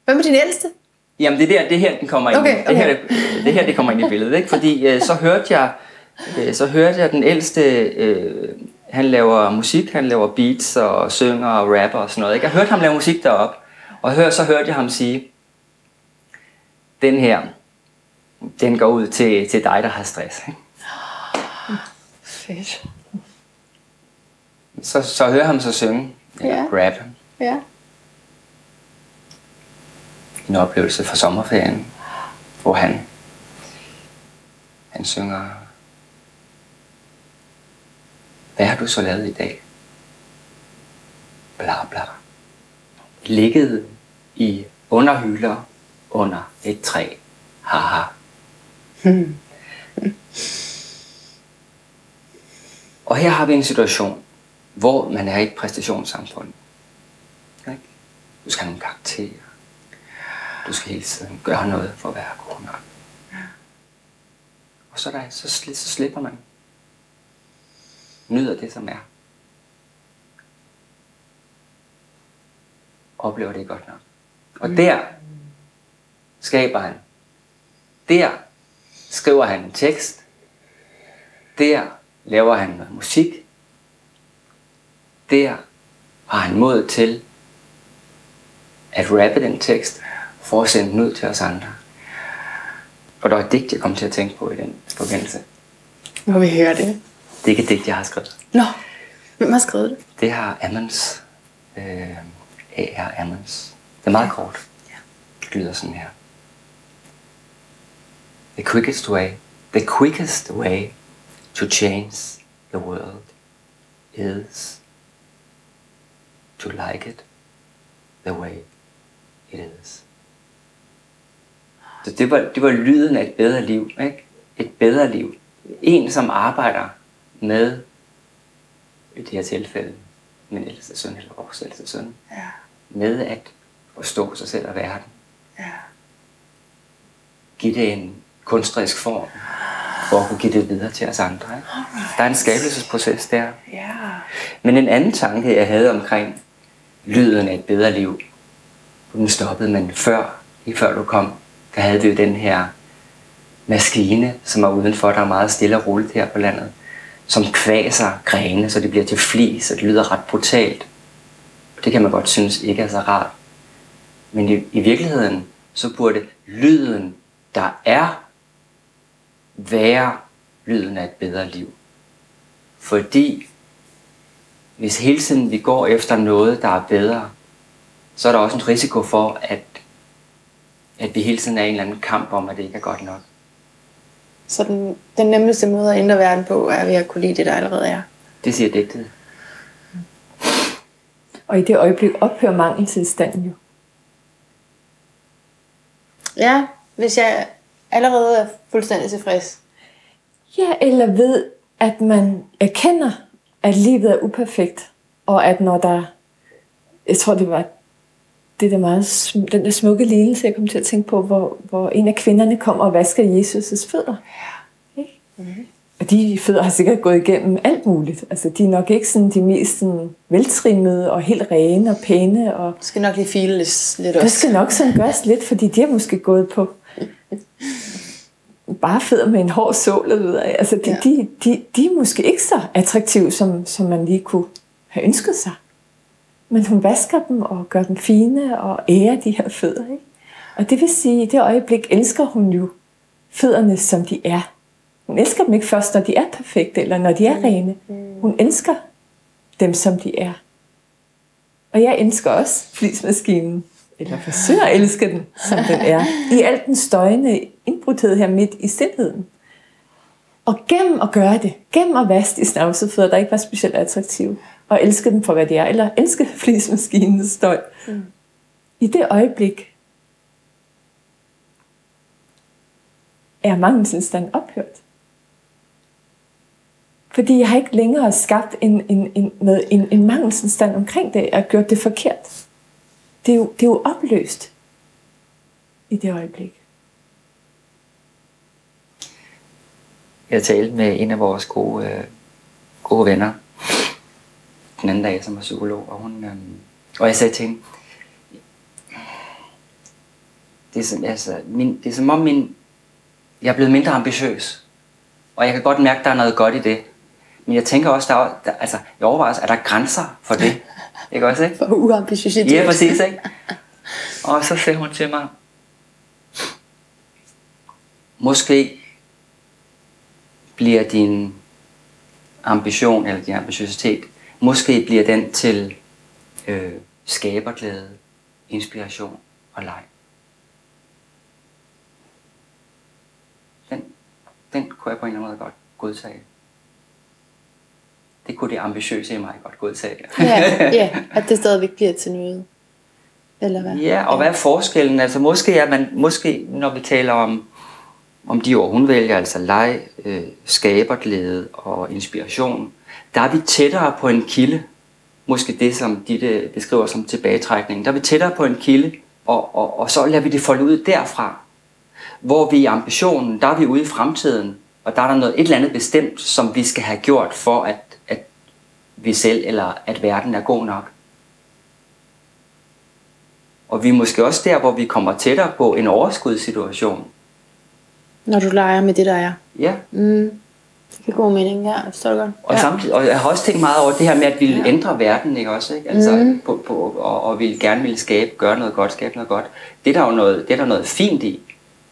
Speaker 2: Hvad med din ældste?
Speaker 3: Jamen det er her den kommer ind.
Speaker 2: Okay.
Speaker 3: Det her det kommer ind i billedet, ikke? Fordi så hørte jeg den ældste, han laver musik, han laver beats og synger og rapper og sådan noget, ikke? Jeg hørte ham lave musik deroppe, og så hørte jeg ham sige, den her, den går ud til dig, der har stress, ikke?
Speaker 2: Fedt.
Speaker 3: Så hører ham så synge, eller rap.
Speaker 2: Ja.
Speaker 3: En oplevelse fra sommerferien, hvor han synger, hvad har du så lavet i dag? Bla bla. Ligget i underhylder under et træ. Haha. Og her har vi en situation, hvor man er i et præstationssamfund. Ikke? Du skal have nogle karakterer. Du skal hele tiden gøre noget for at være god nok. Og så slipper man. Nyder det, som er. Oplever det godt nok. Og der skaber han. Der skriver han en tekst. Der laver han noget musik. Der har han mod til at rappe den tekst for at sende den ud til os andre. Og der er et digt, jeg kom til at tænke på i den forbindelse.
Speaker 2: Må vi høre det?
Speaker 3: Det er ikke et digt, jeg har skrevet.
Speaker 2: Nå, hvem har skrevet det?
Speaker 3: Det har Ammons. A.R. Ammons. Det er meget kort.
Speaker 2: Ja.
Speaker 3: Det lyder sådan her. The quickest way to change the world is to like it the way it is. Så det var lyden af et bedre liv, ikke? Et bedre liv. En, som arbejder med, i det her tilfælde, min ældste søn eller vores ældste søn, med at forstå sig selv og verden.
Speaker 2: Ja.
Speaker 3: Giv det en kunstnerisk form, for at kunne give det videre til os andre. Ikke? Der er en skabelsesproces der.
Speaker 2: Ja.
Speaker 3: Men en anden tanke, jeg havde omkring lyden af et bedre liv, den stoppede, men før du kom, der havde vi jo den her maskine, som er udenfor, der er meget stille og roligt her på landet, som kvaser grene, så det bliver til flis, og det lyder ret brutalt. Det kan man godt synes ikke er så rart. Men i virkeligheden, så burde lyden, der er, være lyden af et bedre liv. Fordi hvis hele tiden vi går efter noget, der er bedre, så er der også en risiko for, at vi hele tiden er i en eller anden kamp om, at det ikke er godt nok.
Speaker 2: Så den nemmeste måde at ændre verden på, er ved at kunne lide det, der allerede er.
Speaker 3: Det siger digtet.
Speaker 4: Og i det øjeblik ophører mangeltilstanden jo.
Speaker 2: Ja, hvis jeg allerede er fuldstændig tilfreds.
Speaker 4: Ja, eller ved, at man erkender, at livet er uperfekt, og at når der, jeg tror det var det der meget, den der smukke lignelse, jeg kom til at tænke på, hvor en af kvinderne kom og vasker Jesus' fødder. Ja. Mm-hmm. Og de fødder har sikkert gået igennem alt muligt. Altså, de er nok ikke sådan de mest sådan veltrimmede og helt rene og pæne. Og
Speaker 2: det skal nok lige files lidt også.
Speaker 4: Det skal nok sådan gøres lidt, fordi de har måske gået på bare fødder med en hård sål. Altså, de er måske ikke så attraktive, som man lige kunne have ønsket sig. Men hun vasker dem og gør dem fine og ærer de her fødder. Ikke? Og det vil sige, at i det øjeblik elsker hun jo fødderne, som de er. Hun elsker dem ikke først, når de er perfekte, eller når de er rene. Hun elsker dem, som de er. Og jeg elsker også flismaskinen, eller forsøger at elske den, som den er. I al den støjende indbrudthed her midt i stilheden. Og gennem at gøre det, gennem at vaske de snavsede fødder, der ikke var specielt attraktive, og elske dem for, hvad de er, eller elske flismaskinens støj. I det øjeblik er mangeltilstanden ophørt. Fordi jeg har ikke længere skabt en mangeltilstand omkring det, og gjort det forkert. Det er jo opløst i det øjeblik.
Speaker 3: Jeg talte med en af vores gode venner den anden dag, som var psykolog, og jeg sagde til hende, det er som om jeg er blevet mindre ambitiøs. Og jeg kan godt mærke, at der er noget godt i det. Men jeg tænker også, jeg overvejer også, at der er grænser for det. Ikke også, ikke?
Speaker 2: For uambitiøsitet.
Speaker 3: Ja, præcis, ikke? Og så siger hun til mig, måske bliver din ambition, eller din ambitiøsitet, måske bliver den til skaberglæde, inspiration og leg. Den kunne jeg på en eller anden måde godt godtage. Det kunne det ambitiøse i mig godt godtage.
Speaker 2: Ja, at det stadigvæk bliver til noget. Eller hvad?
Speaker 3: Ja, og hvad er forskellen? Altså måske når vi taler om de ord, hun vælger, altså leg, skaberglæde og inspiration, der er vi tættere på en kilde. Måske det, som Ditte beskriver som tilbagetrækning. Der er vi tættere på en kilde, og så lader vi det folde ud derfra. Hvor vi i ambitionen, der er vi ude i fremtiden, og der er der et eller andet bestemt, som vi skal have gjort for, at vi selv eller at verden er god nok. Og vi er måske også der, hvor vi kommer tættere på en overskudssituation.
Speaker 2: Når du leger med det, der er.
Speaker 3: Ja.
Speaker 2: Det er god mening, ja. Jeg forstår det godt.
Speaker 3: Og, samtidig, og jeg har også tænkt meget over det her med, at vi vil ændre verden, ikke også? Ikke? Altså, og vi gerne vil gøre noget godt, skabe noget godt. Det er der jo noget fint i.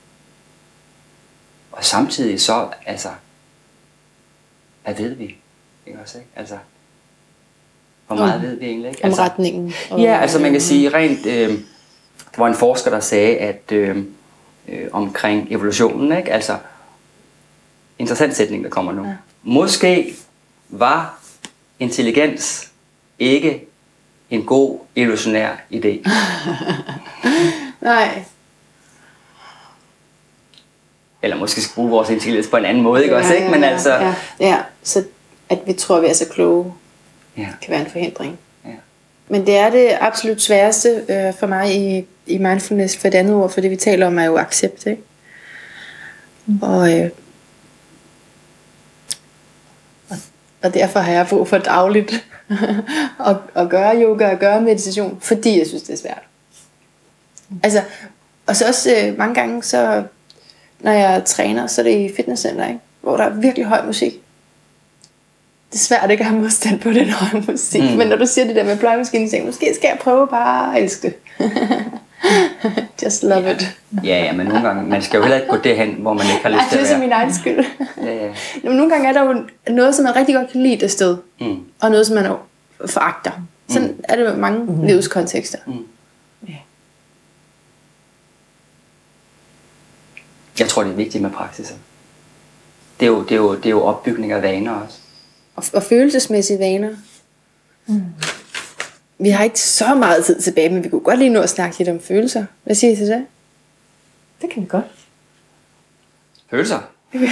Speaker 3: Og samtidig så, altså, hvad ved vi? Ikke også, ikke? Altså, hvor meget ved vi egentlig, ikke? Altså,
Speaker 2: om retningen.
Speaker 3: Ja, altså man kan sige rent, der var en forsker, der sagde, at omkring evolutionen, ikke? Altså, interessant sætning, der kommer nu. Ja. Måske var intelligens ikke en god evolutionær idé.
Speaker 2: Nej.
Speaker 3: Eller måske skal bruge vores intelligens på en anden måde, ikke også, ikke? Men altså...
Speaker 2: Ja, så at vi tror, vi er så kloge, kan være en forhindring. Ja. Men det er det absolut sværeste for mig i mindfulness, for det andet ord, for det vi taler om er jo accept, ikke? Og derfor har jeg brug for dagligt at gøre yoga og gøre meditation, fordi jeg synes, det er svært. Altså, og så også mange gange, så når jeg træner, så er det i fitnesscenter, ikke? Hvor der er virkelig høj musik. Det er svært ikke at have modstand på den høje musik, men når du siger det der med pløjemaskinen, så tænker jeg, måske skal jeg prøve bare at elske det. Just love it.
Speaker 3: Ja, men nogle gange, man skal jo heller ikke gå derhen, hvor man ikke har lyst til at være.
Speaker 2: Det er min egen skyld.
Speaker 3: Ja.
Speaker 2: Men nogle gange er der jo noget, som man rigtig godt kan lide det sted, og noget, som man foragter. Sådan er det jo mange livskontekster.
Speaker 3: Jeg tror, det er vigtigt med praksiser. Det er jo opbygning af vaner også.
Speaker 2: Og følelsesmæssige vaner. Vi har ikke så meget tid tilbage, men vi kunne godt lige nå at snakke lidt om følelser. Hvad siger I til det?
Speaker 4: Det kan vi godt.
Speaker 3: Følelser?
Speaker 2: Hvad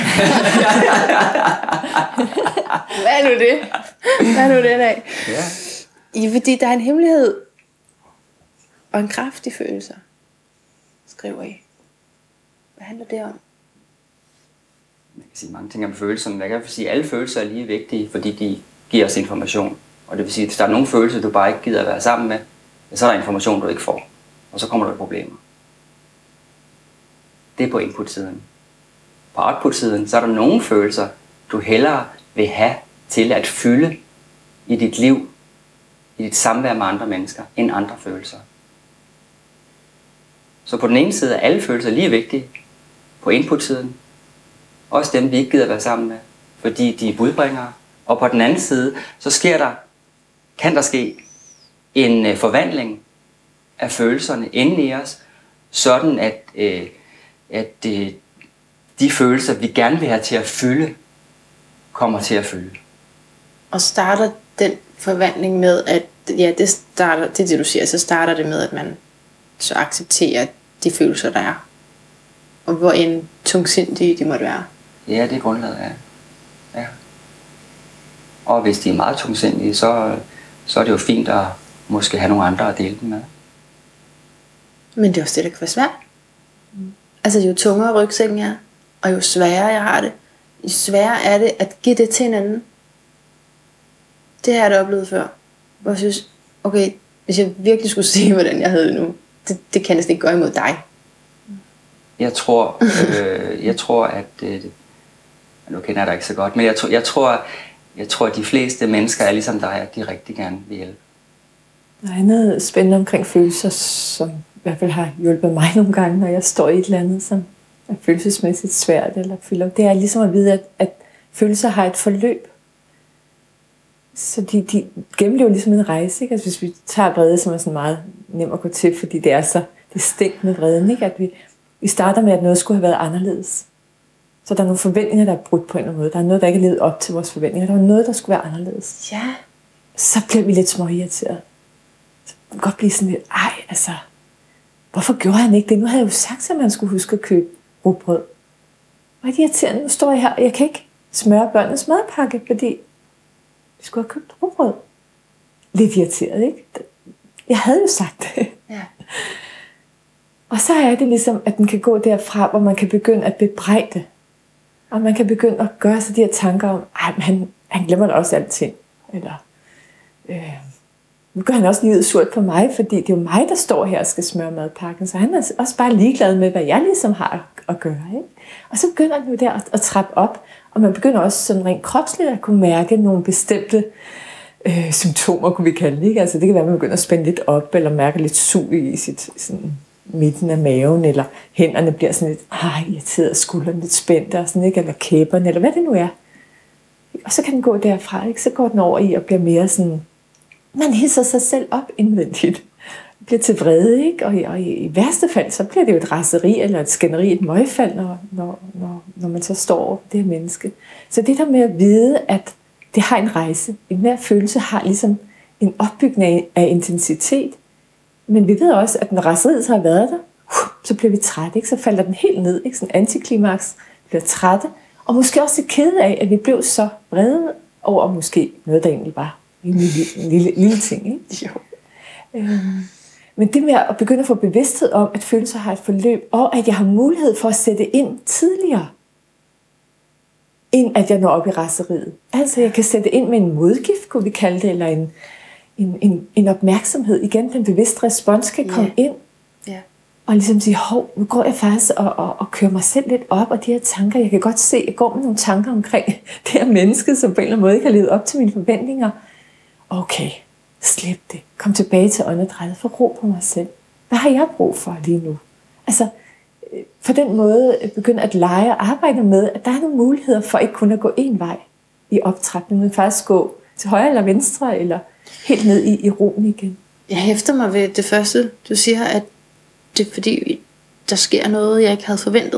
Speaker 2: er nu det? Hvad er nu det dag? Ja, fordi der er en hemmelighed og en kraft i følelser, skriver I. Hvad handler det om?
Speaker 3: Jeg kan sige mange ting om følelser, men jeg kan sige, at alle følelser er lige vigtige, fordi de giver os information. Og det vil sige, at hvis der er nogle følelser, du bare ikke gider at være sammen med, så er der information, du ikke får. Og så kommer der problemer. Det er på input-siden. På output-siden, så er der nogle følelser, du hellere vil have til at fylde i dit liv, i dit samvær med andre mennesker, end andre følelser. Så på den ene side er alle følelser lige vigtige. På input-siden, også dem, vi ikke gider være sammen med, fordi de er budbringere. Og på den anden side, så kan der ske en forvandling af følelserne inde i os, sådan at de følelser, vi gerne vil have til at fylde, kommer til at fylde.
Speaker 2: Og starter den forvandling med, at det er det du siger, så starter det med, at man så accepterer de følelser, der er. Og hvor end tungsindige de måtte være.
Speaker 3: Ja, det er grundlaget, ja. Og hvis de er meget tungsindige, så er det jo fint at måske have nogle andre at dele dem med. Men
Speaker 2: det er også det, der kan være svært. Altså jo tungere rygsækken er, og jo sværere jeg har det, jo sværere er det at give det til hinanden. Det har jeg da oplevet før. Hvor jeg synes, okay, hvis jeg virkelig skulle sige, hvordan jeg havde det nu, det kan jeg næsten ikke gøre imod dig.
Speaker 3: Jeg tror, at... nu kender jeg dig ikke så godt, men jeg tror, at de fleste mennesker er ligesom dig, at de rigtig gerne vil hjælpe.
Speaker 4: Der er noget spændende omkring følelser, som i hvert fald har hjulpet mig nogle gange, når jeg står i et eller andet, som er følelsesmæssigt svært eller fylder. Det er ligesom at vide, at følelser har et forløb. Så de gennemlever ligesom en rejse. Ikke? Altså hvis vi tager vrede, som er sådan meget nem at gå til, fordi det er så distinkt med vreden, ikke? At vi starter med, at noget skulle have været anderledes. Så der er nogle forventninger, der er brudt på en eller anden måde. Der er noget, der ikke er levet op til vores forventninger. Der er noget, der skulle være anderledes.
Speaker 2: Ja.
Speaker 4: Så bliver vi lidt småirriteret. Så det kan godt blive sådan lidt, altså, hvorfor gjorde han ikke det? Nu havde jeg jo sagt, at man skulle huske at købe rugbrød. Og det er irriterende, nu står jeg her, og jeg kan ikke smøre børnenes madpakke, fordi vi skulle have købt rugbrød. Lidt irriteret, ikke? Jeg havde jo sagt det.
Speaker 2: Ja.
Speaker 4: Og så er det ligesom, at den kan gå derfra, hvor man kan begynde at bebrejde. Og man kan begynde at gøre sig de her tanker om, han glemmer da også alting. Eller, nu gør han også livet surt for mig, fordi det er jo mig, der står her og skal smøre madpakken. Så han er også bare ligeglad med, hvad jeg ligesom har at gøre. Ikke? Og så begynder han jo der at trappe op. Og man begynder også sådan rent kropsligt at kunne mærke nogle bestemte symptomer, kunne vi kalde det. Ikke? Altså det kan være, at man begynder at spænde lidt op, eller mærke lidt sug i sit sådan, midten af maven, eller hænderne bliver sådan lidt irriteret, skuldrene lidt spændte, og sådan, ikke? Eller kæberne, eller hvad det nu er. Og så kan den gå derfra, ikke? Så går den over i og bliver mere sådan, man hisser sig selv op indvendigt, bliver til vrede, ikke? Og i værste fald, så bliver det jo et raseri, eller et skænderi, et møgfald, når man så står over det her menneske. Så det der med at vide, at det har en rejse, en hver følelse har ligesom en opbygning af intensitet, men vi ved også, at når raseriet så har været der, så bliver vi trætte, ikke? Så falder den helt ned, ikke? Sådan antiklimaks, bliver trætte, og måske også lidt kede af, at vi blev så vrede over måske noget, der egentlig var en lille ting, ikke?
Speaker 2: Jo.
Speaker 4: Men det med at begynde at få bevidsthed om, at følelser har et forløb, og at jeg har mulighed for at sætte ind tidligere, end at jeg når op i raseriet. Altså jeg kan sætte ind med en modgift, kunne vi kalde det, eller en opmærksomhed. Igen, den bevidste respons kan komme ind.
Speaker 2: Ja.
Speaker 4: Og ligesom sige, nu går jeg faktisk og kører mig selv lidt op, og de her tanker, jeg kan godt se, jeg går med nogle tanker omkring det her menneske, som på en eller anden måde ikke har levet op til mine forventninger. Okay, slip det. Kom tilbage til åndedrættet, få ro på mig selv. Hvad har jeg brug for lige nu? Altså, på den måde begynde at lege og arbejde med, at der er nogle muligheder for ikke kun at gå en vej i optrapningen, men faktisk gå til højre eller venstre, eller helt ned i roen igen.
Speaker 2: Jeg hæfter mig ved det første, du siger, at det er fordi, der sker noget, jeg ikke havde forventet.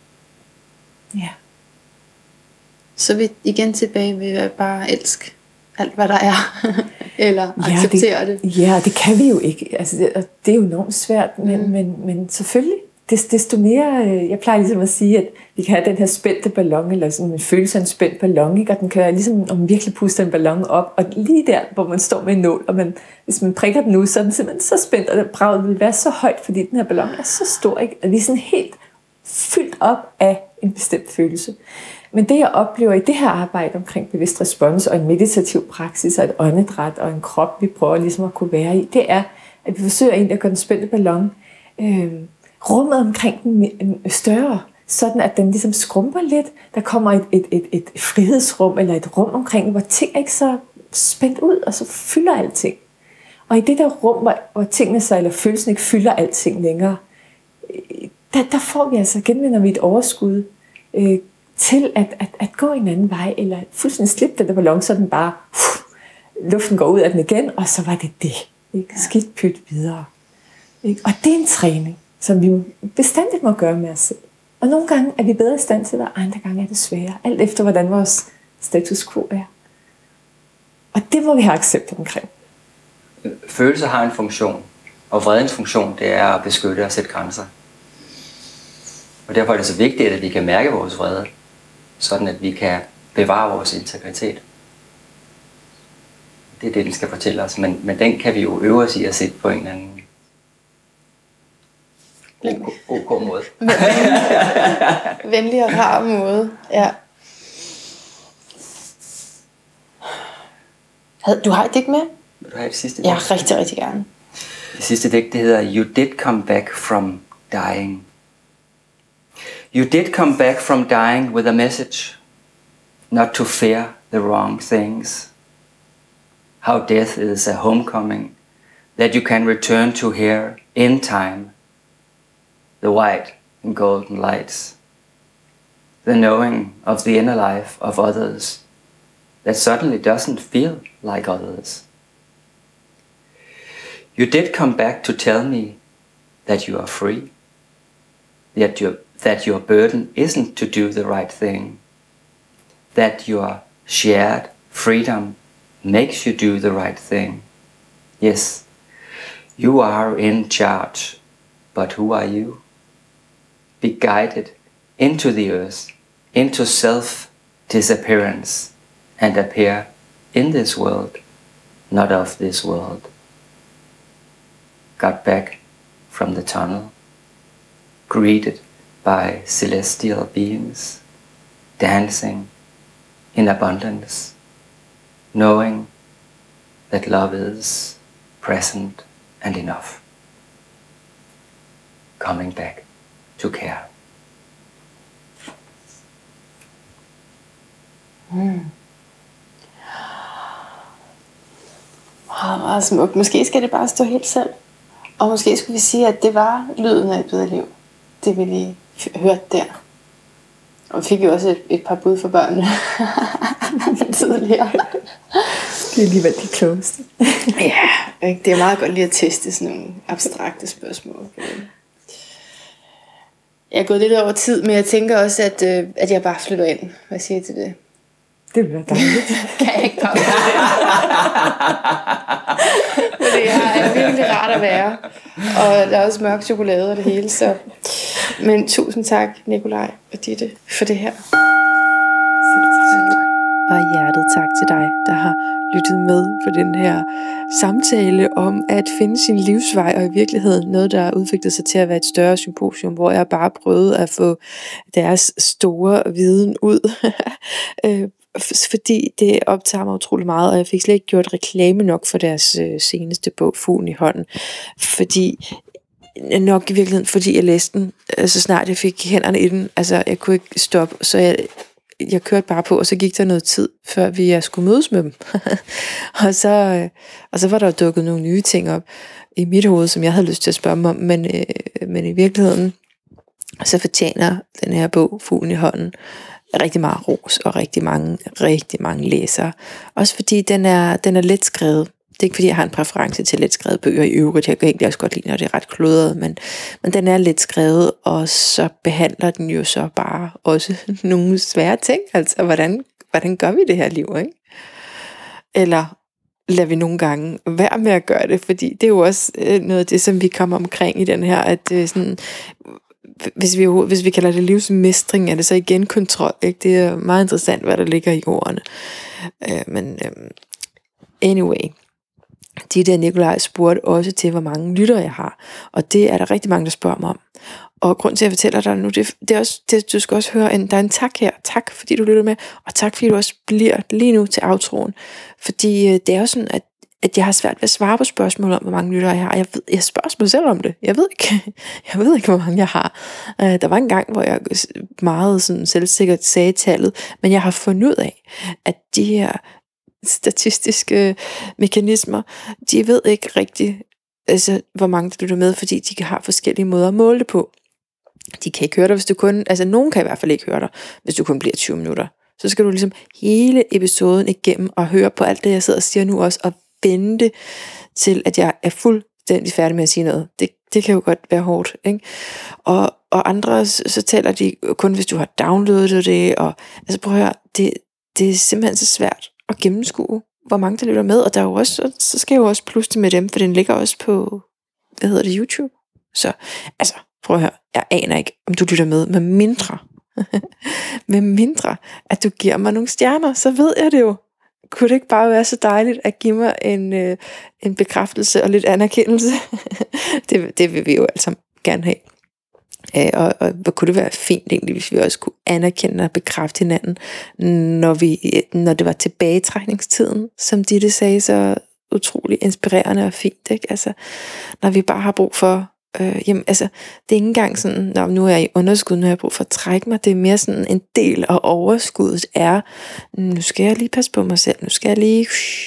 Speaker 4: Ja.
Speaker 2: Så er vi igen tilbage ved at bare elske alt, hvad der er. Eller acceptere det.
Speaker 4: Ja, det kan vi jo ikke. Altså, det er jo enormt svært, men selvfølgelig. Desto mere, jeg plejer ligesom at sige, at vi kan have den her spændte ballon, eller sådan en følelse af en spændt ballon, ikke? Og den kan ligesom, om man virkelig puster en ballon op, og lige der, hvor man står med en nål, og hvis man prikker den ud, så er den simpelthen så spændt, og braget vil være så højt, fordi den her ballon er så stor, ikke? At vi er sådan helt fyldt op af en bestemt følelse. Men det, jeg oplever i det her arbejde omkring bevidst respons, og en meditativ praksis, og et åndedræt, og en krop, vi prøver ligesom at kunne være i, det er, at vi forsøger egentlig at gøre den spændte ballon rummet omkring den større, sådan at den ligesom skrumper lidt. Der kommer et frihedsrum, eller et rum omkring, hvor ting er ikke så spændt ud, og så fylder alting. Og i det der rum, hvor tingene så, eller følelsen ikke fylder alting længere, der får vi altså, genvinder vi et overskud til at gå en anden vej, eller fuldstændig slippe den der ballon, så den bare, luften går ud af den igen, og så var det det. Ikke? Skidt pyt videre. Ikke? Og det er en træning, som vi bestandigt må gøre med os selv. Og nogle gange er vi bedre i stand til det, og andre gange er det sværere. Alt efter, hvordan vores status quo er. Og det må vi have accept omkring.
Speaker 3: Følelser har en funktion, og vredens funktion, det er at beskytte og sætte grænser. Og derfor er det så vigtigt, at vi kan mærke vores vrede, sådan at vi kan bevare vores integritet. Det er det, den skal fortælle os, men den kan vi jo øve os i at sætte på en eller anden god måde.
Speaker 2: Venlig og rar måde, ja. Du har et digt med?
Speaker 3: Vil du have et sidste digt?
Speaker 2: Ja, rigtig, rigtig gerne.
Speaker 3: Det sidste digt, det hedder You Did Come Back From Dying. You did come back from dying with a message, not to fear the wrong things. How death is a homecoming that you can return to here in time. The white and golden lights. The knowing of the inner life of others that suddenly doesn't feel like others. You did come back to tell me that you are free, that your burden isn't to do the right thing, that your shared freedom makes you do the right thing. Yes, you are in charge, but who are you? Be guided into the earth, into self-disappearance, and appear in this world, not of this world. Got back from the tunnel, greeted by celestial beings, dancing in abundance, knowing that love is present and enough. Coming back to care.
Speaker 2: Meget smukt. Måske skal det bare stå helt selv. Og måske skulle vi sige, at det var lyden af et bedre liv. Det vi lige hørte der. Og vi fik jo også et par bud for børnene tidligere.
Speaker 4: Det er alligevel de klogeste.
Speaker 2: Ja, det er meget godt lige at teste sådan nogle abstrakte spørgsmål. Jeg er gået lidt over tid, men jeg tænker også, at jeg bare flytter ind. Hvad siger I til det?
Speaker 4: Det bliver dejligt.
Speaker 2: Kan jeg ikke komme? Det er virkelig rart at være. Og der er også mørk chokolade og det hele. Så. Men tusind tak, Nikolaj og Ditte, for det her. Og hjertet tak til dig, der har lyttet med på den her samtale om at finde sin livsvej, og i virkeligheden noget, der har udviklet sig til at være et større symposium, hvor jeg bare prøvede at få deres store viden ud. Fordi det optager mig utrolig meget, og jeg fik slet ikke gjort reklame nok for deres seneste bog, Fuglen i hånden. Fordi nok i virkeligheden, fordi jeg læste den, så snart jeg fik hænderne i den, altså jeg kunne ikke stoppe, så jeg kørte bare på, og så gik der noget tid, før jeg skulle mødes med dem. og så var der jo dukket nogle nye ting op i mit hoved, som jeg havde lyst til at spørge dem om, men i virkeligheden, så fortjener den her bog, Fuglen i hånden, rigtig meget ros, og rigtig mange læsere. Også fordi den er let skrevet. Det er ikke fordi, jeg har en præference til let skrevet bøger i øvrigt. Jeg kan egentlig også godt lide, når det er ret klodret, men den er let skrevet, og så behandler den jo så bare også nogle svære ting. Altså, hvordan gør vi det her liv, ikke? Eller lader vi nogle gange være med at gøre det, fordi det er jo også noget af det, som vi kommer omkring i den her, at sådan, hvis vi kalder det livsmestring, er det så igen kontrol, ikke? Det er meget interessant, hvad der ligger i ordene. Anyway, de der Nikolaj spurgte også til, hvor mange lyttere jeg har, og det er der rigtig mange, der spørger mig om. Og grund til, at jeg fortæller dig nu, det er også, du skal også høre, der er en tak her. Tak, fordi du lytter med, og tak, fordi du også bliver lige nu til outroen. Fordi det er jo sådan, at jeg har svært ved at svare på spørgsmål om, hvor mange lyttere jeg har. Jeg spørger mig selv om det. Jeg ved ikke, hvor mange jeg har. Der var en gang, hvor jeg meget sådan selvsikkert sagde tallet, men jeg har fundet ud af, at de her statistiske mekanismer, de ved ikke rigtigt, altså, hvor mange der lytter med, fordi de har forskellige måder at måle det på. De kan ikke høre dig, hvis du kun, altså nogen kan i hvert fald ikke høre dig, hvis du kun bliver 20 minutter. Så skal du ligesom hele episoden igennem og høre på alt det, jeg sidder og siger nu også, og vente til, at jeg er fuldstændig færdig med at sige noget. Det kan jo godt være hårdt, ikke? Og andre, så tæller de kun, hvis du har downloadet det, og altså prøv at høre, det er simpelthen så svært at gennemskue, hvor mange der lytter med, og der er jo også, så skal jeg jo også plusse med dem, for den ligger også på, YouTube. Så, altså, prøv at høre, jeg aner ikke, om du lytter med mindre, at du giver mig nogle stjerner, så ved jeg det jo. Kunne det ikke bare være så dejligt at give mig en bekræftelse og lidt anerkendelse? det vil vi jo altså gerne have. Og hvor kunne det være fint egentlig, hvis vi også kunne anerkende og bekræfte hinanden, når det var tilbagetrækningstiden, som Ditte sagde, så utrolig inspirerende og fint, ikke? Altså, når vi bare har brug for Jamen, altså, det er ikke engang sådan, nu er jeg i underskud, nu har jeg brug for at trække mig. Det er mere sådan en del af overskuddet er, nu skal jeg lige passe på mig selv, nu skal jeg lige,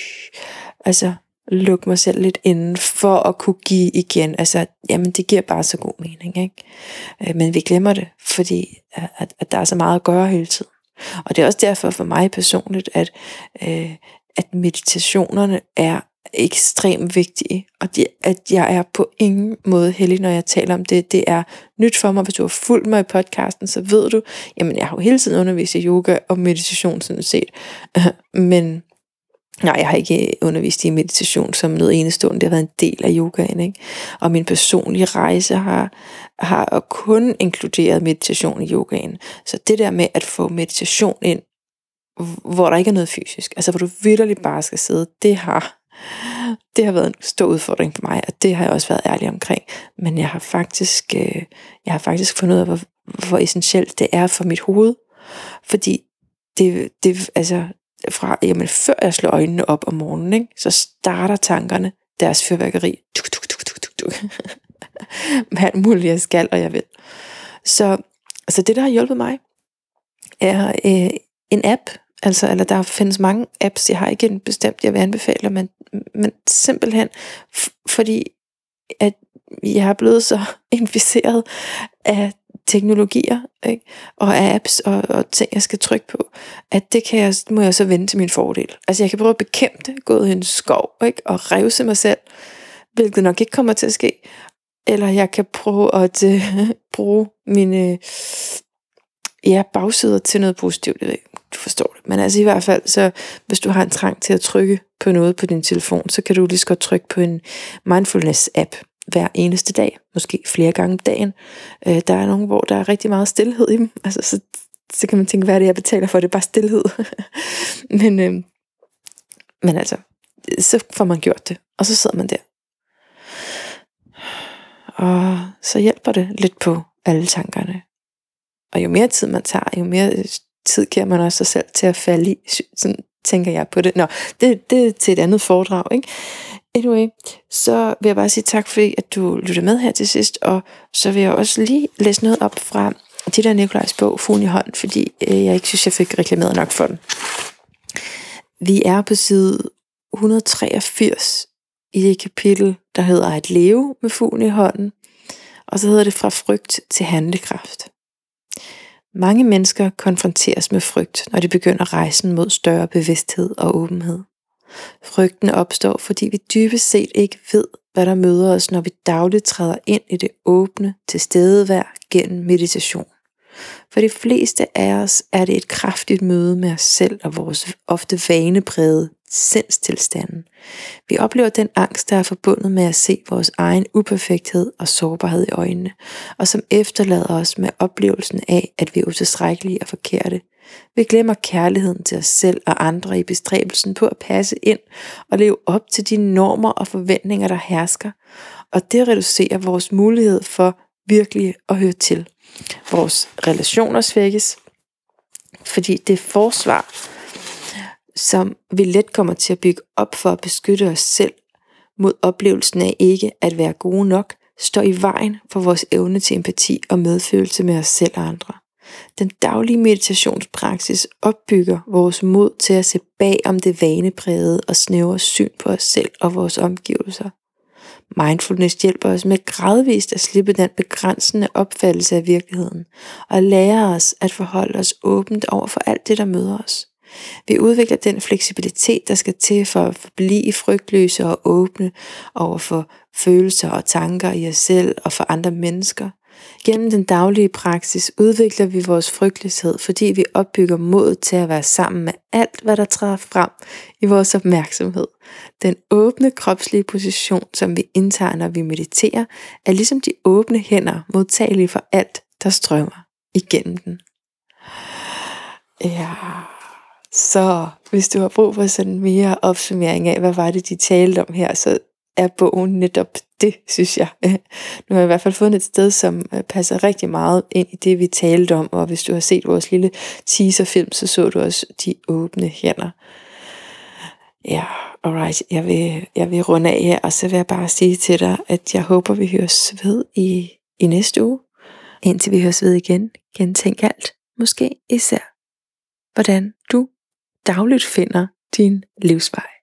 Speaker 2: lukke mig selv lidt inden for at kunne give igen. Altså, jamen, det giver bare så god mening, ikke? Men vi glemmer det, fordi at der er så meget at gøre hele tiden. Og det er også derfor for mig personligt, at meditationerne er ekstremt vigtige, og at jeg er på ingen måde heldig, når jeg taler om det. Det er nyt for mig. Hvis du har fulgt mig i podcasten, så ved du, jamen jeg har jo hele tiden undervist i yoga og meditation sådan set, men nej, jeg har ikke undervist i meditation som noget enestående. Det har været en del af yogaen, ikke? Og min personlige rejse har kun inkluderet meditation i yogaen. Så det der med at få meditation ind, hvor der ikke er noget fysisk, altså hvor du vitterligt bare skal sidde, det har været en stor udfordring for mig, og det har jeg også været ærlig omkring. Men jeg har faktisk fundet ud af, hvor essentielt det er for mit hoved, fordi det altså før jeg slår øjnene op om morgenen, ikke, så starter tankerne deres fyrværkeri. Tuk, tuk, tuk, tuk, tuk, tuk. Med alt muligt, jeg skal, og jeg vil. Så det, der har hjulpet mig, er en app. Eller der findes mange apps, jeg har ikke en bestemt, jeg vil anbefale, men simpelthen, fordi at jeg er blevet så inficeret af teknologier, ikke? Og af apps og ting, jeg skal trykke på, at det må jeg så vende til min fordel. Altså jeg kan prøve at bekæmpe det, gå i en skov, ikke? Og revse mig selv, hvilket nok ikke kommer til at ske. Eller jeg kan prøve at bruge mine bagsider til noget positivt. Jeg ved ikke, du forstår det. Men altså i hvert fald, så hvis du har en trang til at trykke på noget på din telefon, så kan du lige så godt trykke på en mindfulness-app hver eneste dag, måske flere gange om dagen. Der er nogle, hvor der er rigtig meget stilhed i dem. Altså, så kan man tænke, hvad er det, jeg betaler for? Det er bare stilhed. men altså, så får man gjort det, og så sidder man der. Og så hjælper det lidt på alle tankerne. Og jo mere tid man tager, jo mere tid giver man også sig selv til at falde i. Sådan tænker jeg på det. Nå, det er til et andet foredrag, ikke? Anyway, så vil jeg bare sige tak, fordi at du lyttede med her til sidst, og så vil jeg også lige læse noget op fra det der Nikolajs bog, Fuglen i hånden, fordi jeg ikke synes, jeg fik reklameret nok for den. Vi er på side 183 i det kapitel, der hedder At leve med fuglen i hånden, og så hedder det Fra frygt til handlekraft. Mange mennesker konfronteres med frygt, når de begynder rejsen mod større bevidsthed og åbenhed. Frygten opstår, fordi vi dybest set ikke ved, hvad der møder os, når vi dagligt træder ind i det åbne tilstedevær gennem meditation. For de fleste af os er det et kraftigt møde med os selv og vores ofte vaneprægede sindstilstanden. Vi oplever den angst, der er forbundet med at se vores egen uperfekthed og sårbarhed i øjnene, og som efterlader os med oplevelsen af, at vi er utilstrækkelige og forkerte. Vi glemmer kærligheden til os selv og andre i bestræbelsen på at passe ind og leve op til de normer og forventninger, der hersker, og det reducerer vores mulighed for virkelig at høre til. Vores relationer svækkes, fordi det forsvar, som vi let kommer til at bygge op for at beskytte os selv mod oplevelsen af ikke at være gode nok, står i vejen for vores evne til empati og medfølelse med os selv og andre. Den daglige meditationspraksis opbygger vores mod til at se bag om det vaneprægede og snævre syn på os selv og vores omgivelser. Mindfulness hjælper os med gradvist at slippe den begrænsende opfattelse af virkeligheden og lærer os at forholde os åbent over for alt det, der møder os. Vi udvikler den fleksibilitet, der skal til for at blive frygtløse og åbne over for følelser og tanker i os selv og for andre mennesker. Gennem den daglige praksis udvikler vi vores frygtløshed, fordi vi opbygger mod til at være sammen med alt, hvad der træder frem i vores opmærksomhed. Den åbne kropslige position, som vi indtager, når vi mediterer, er ligesom de åbne hænder modtagelige for alt, der strømmer igennem den. Ja, så hvis du har brug for sådan mere opsummering af, hvad var det, de talte om her, så er bogen netop det, synes jeg. Nu har jeg i hvert fald fundet et sted, som passer rigtig meget ind i det, vi talte om, og hvis du har set vores lille teaserfilm, så du også de åbne hænder. Ja, Alright, jeg vil runde af her, og så vil jeg bare sige til dig, at jeg håber, vi høres ved i næste uge. Indtil vi høres ved igen, gentænk alt, måske især, hvordan du dagligt finder din livsvej.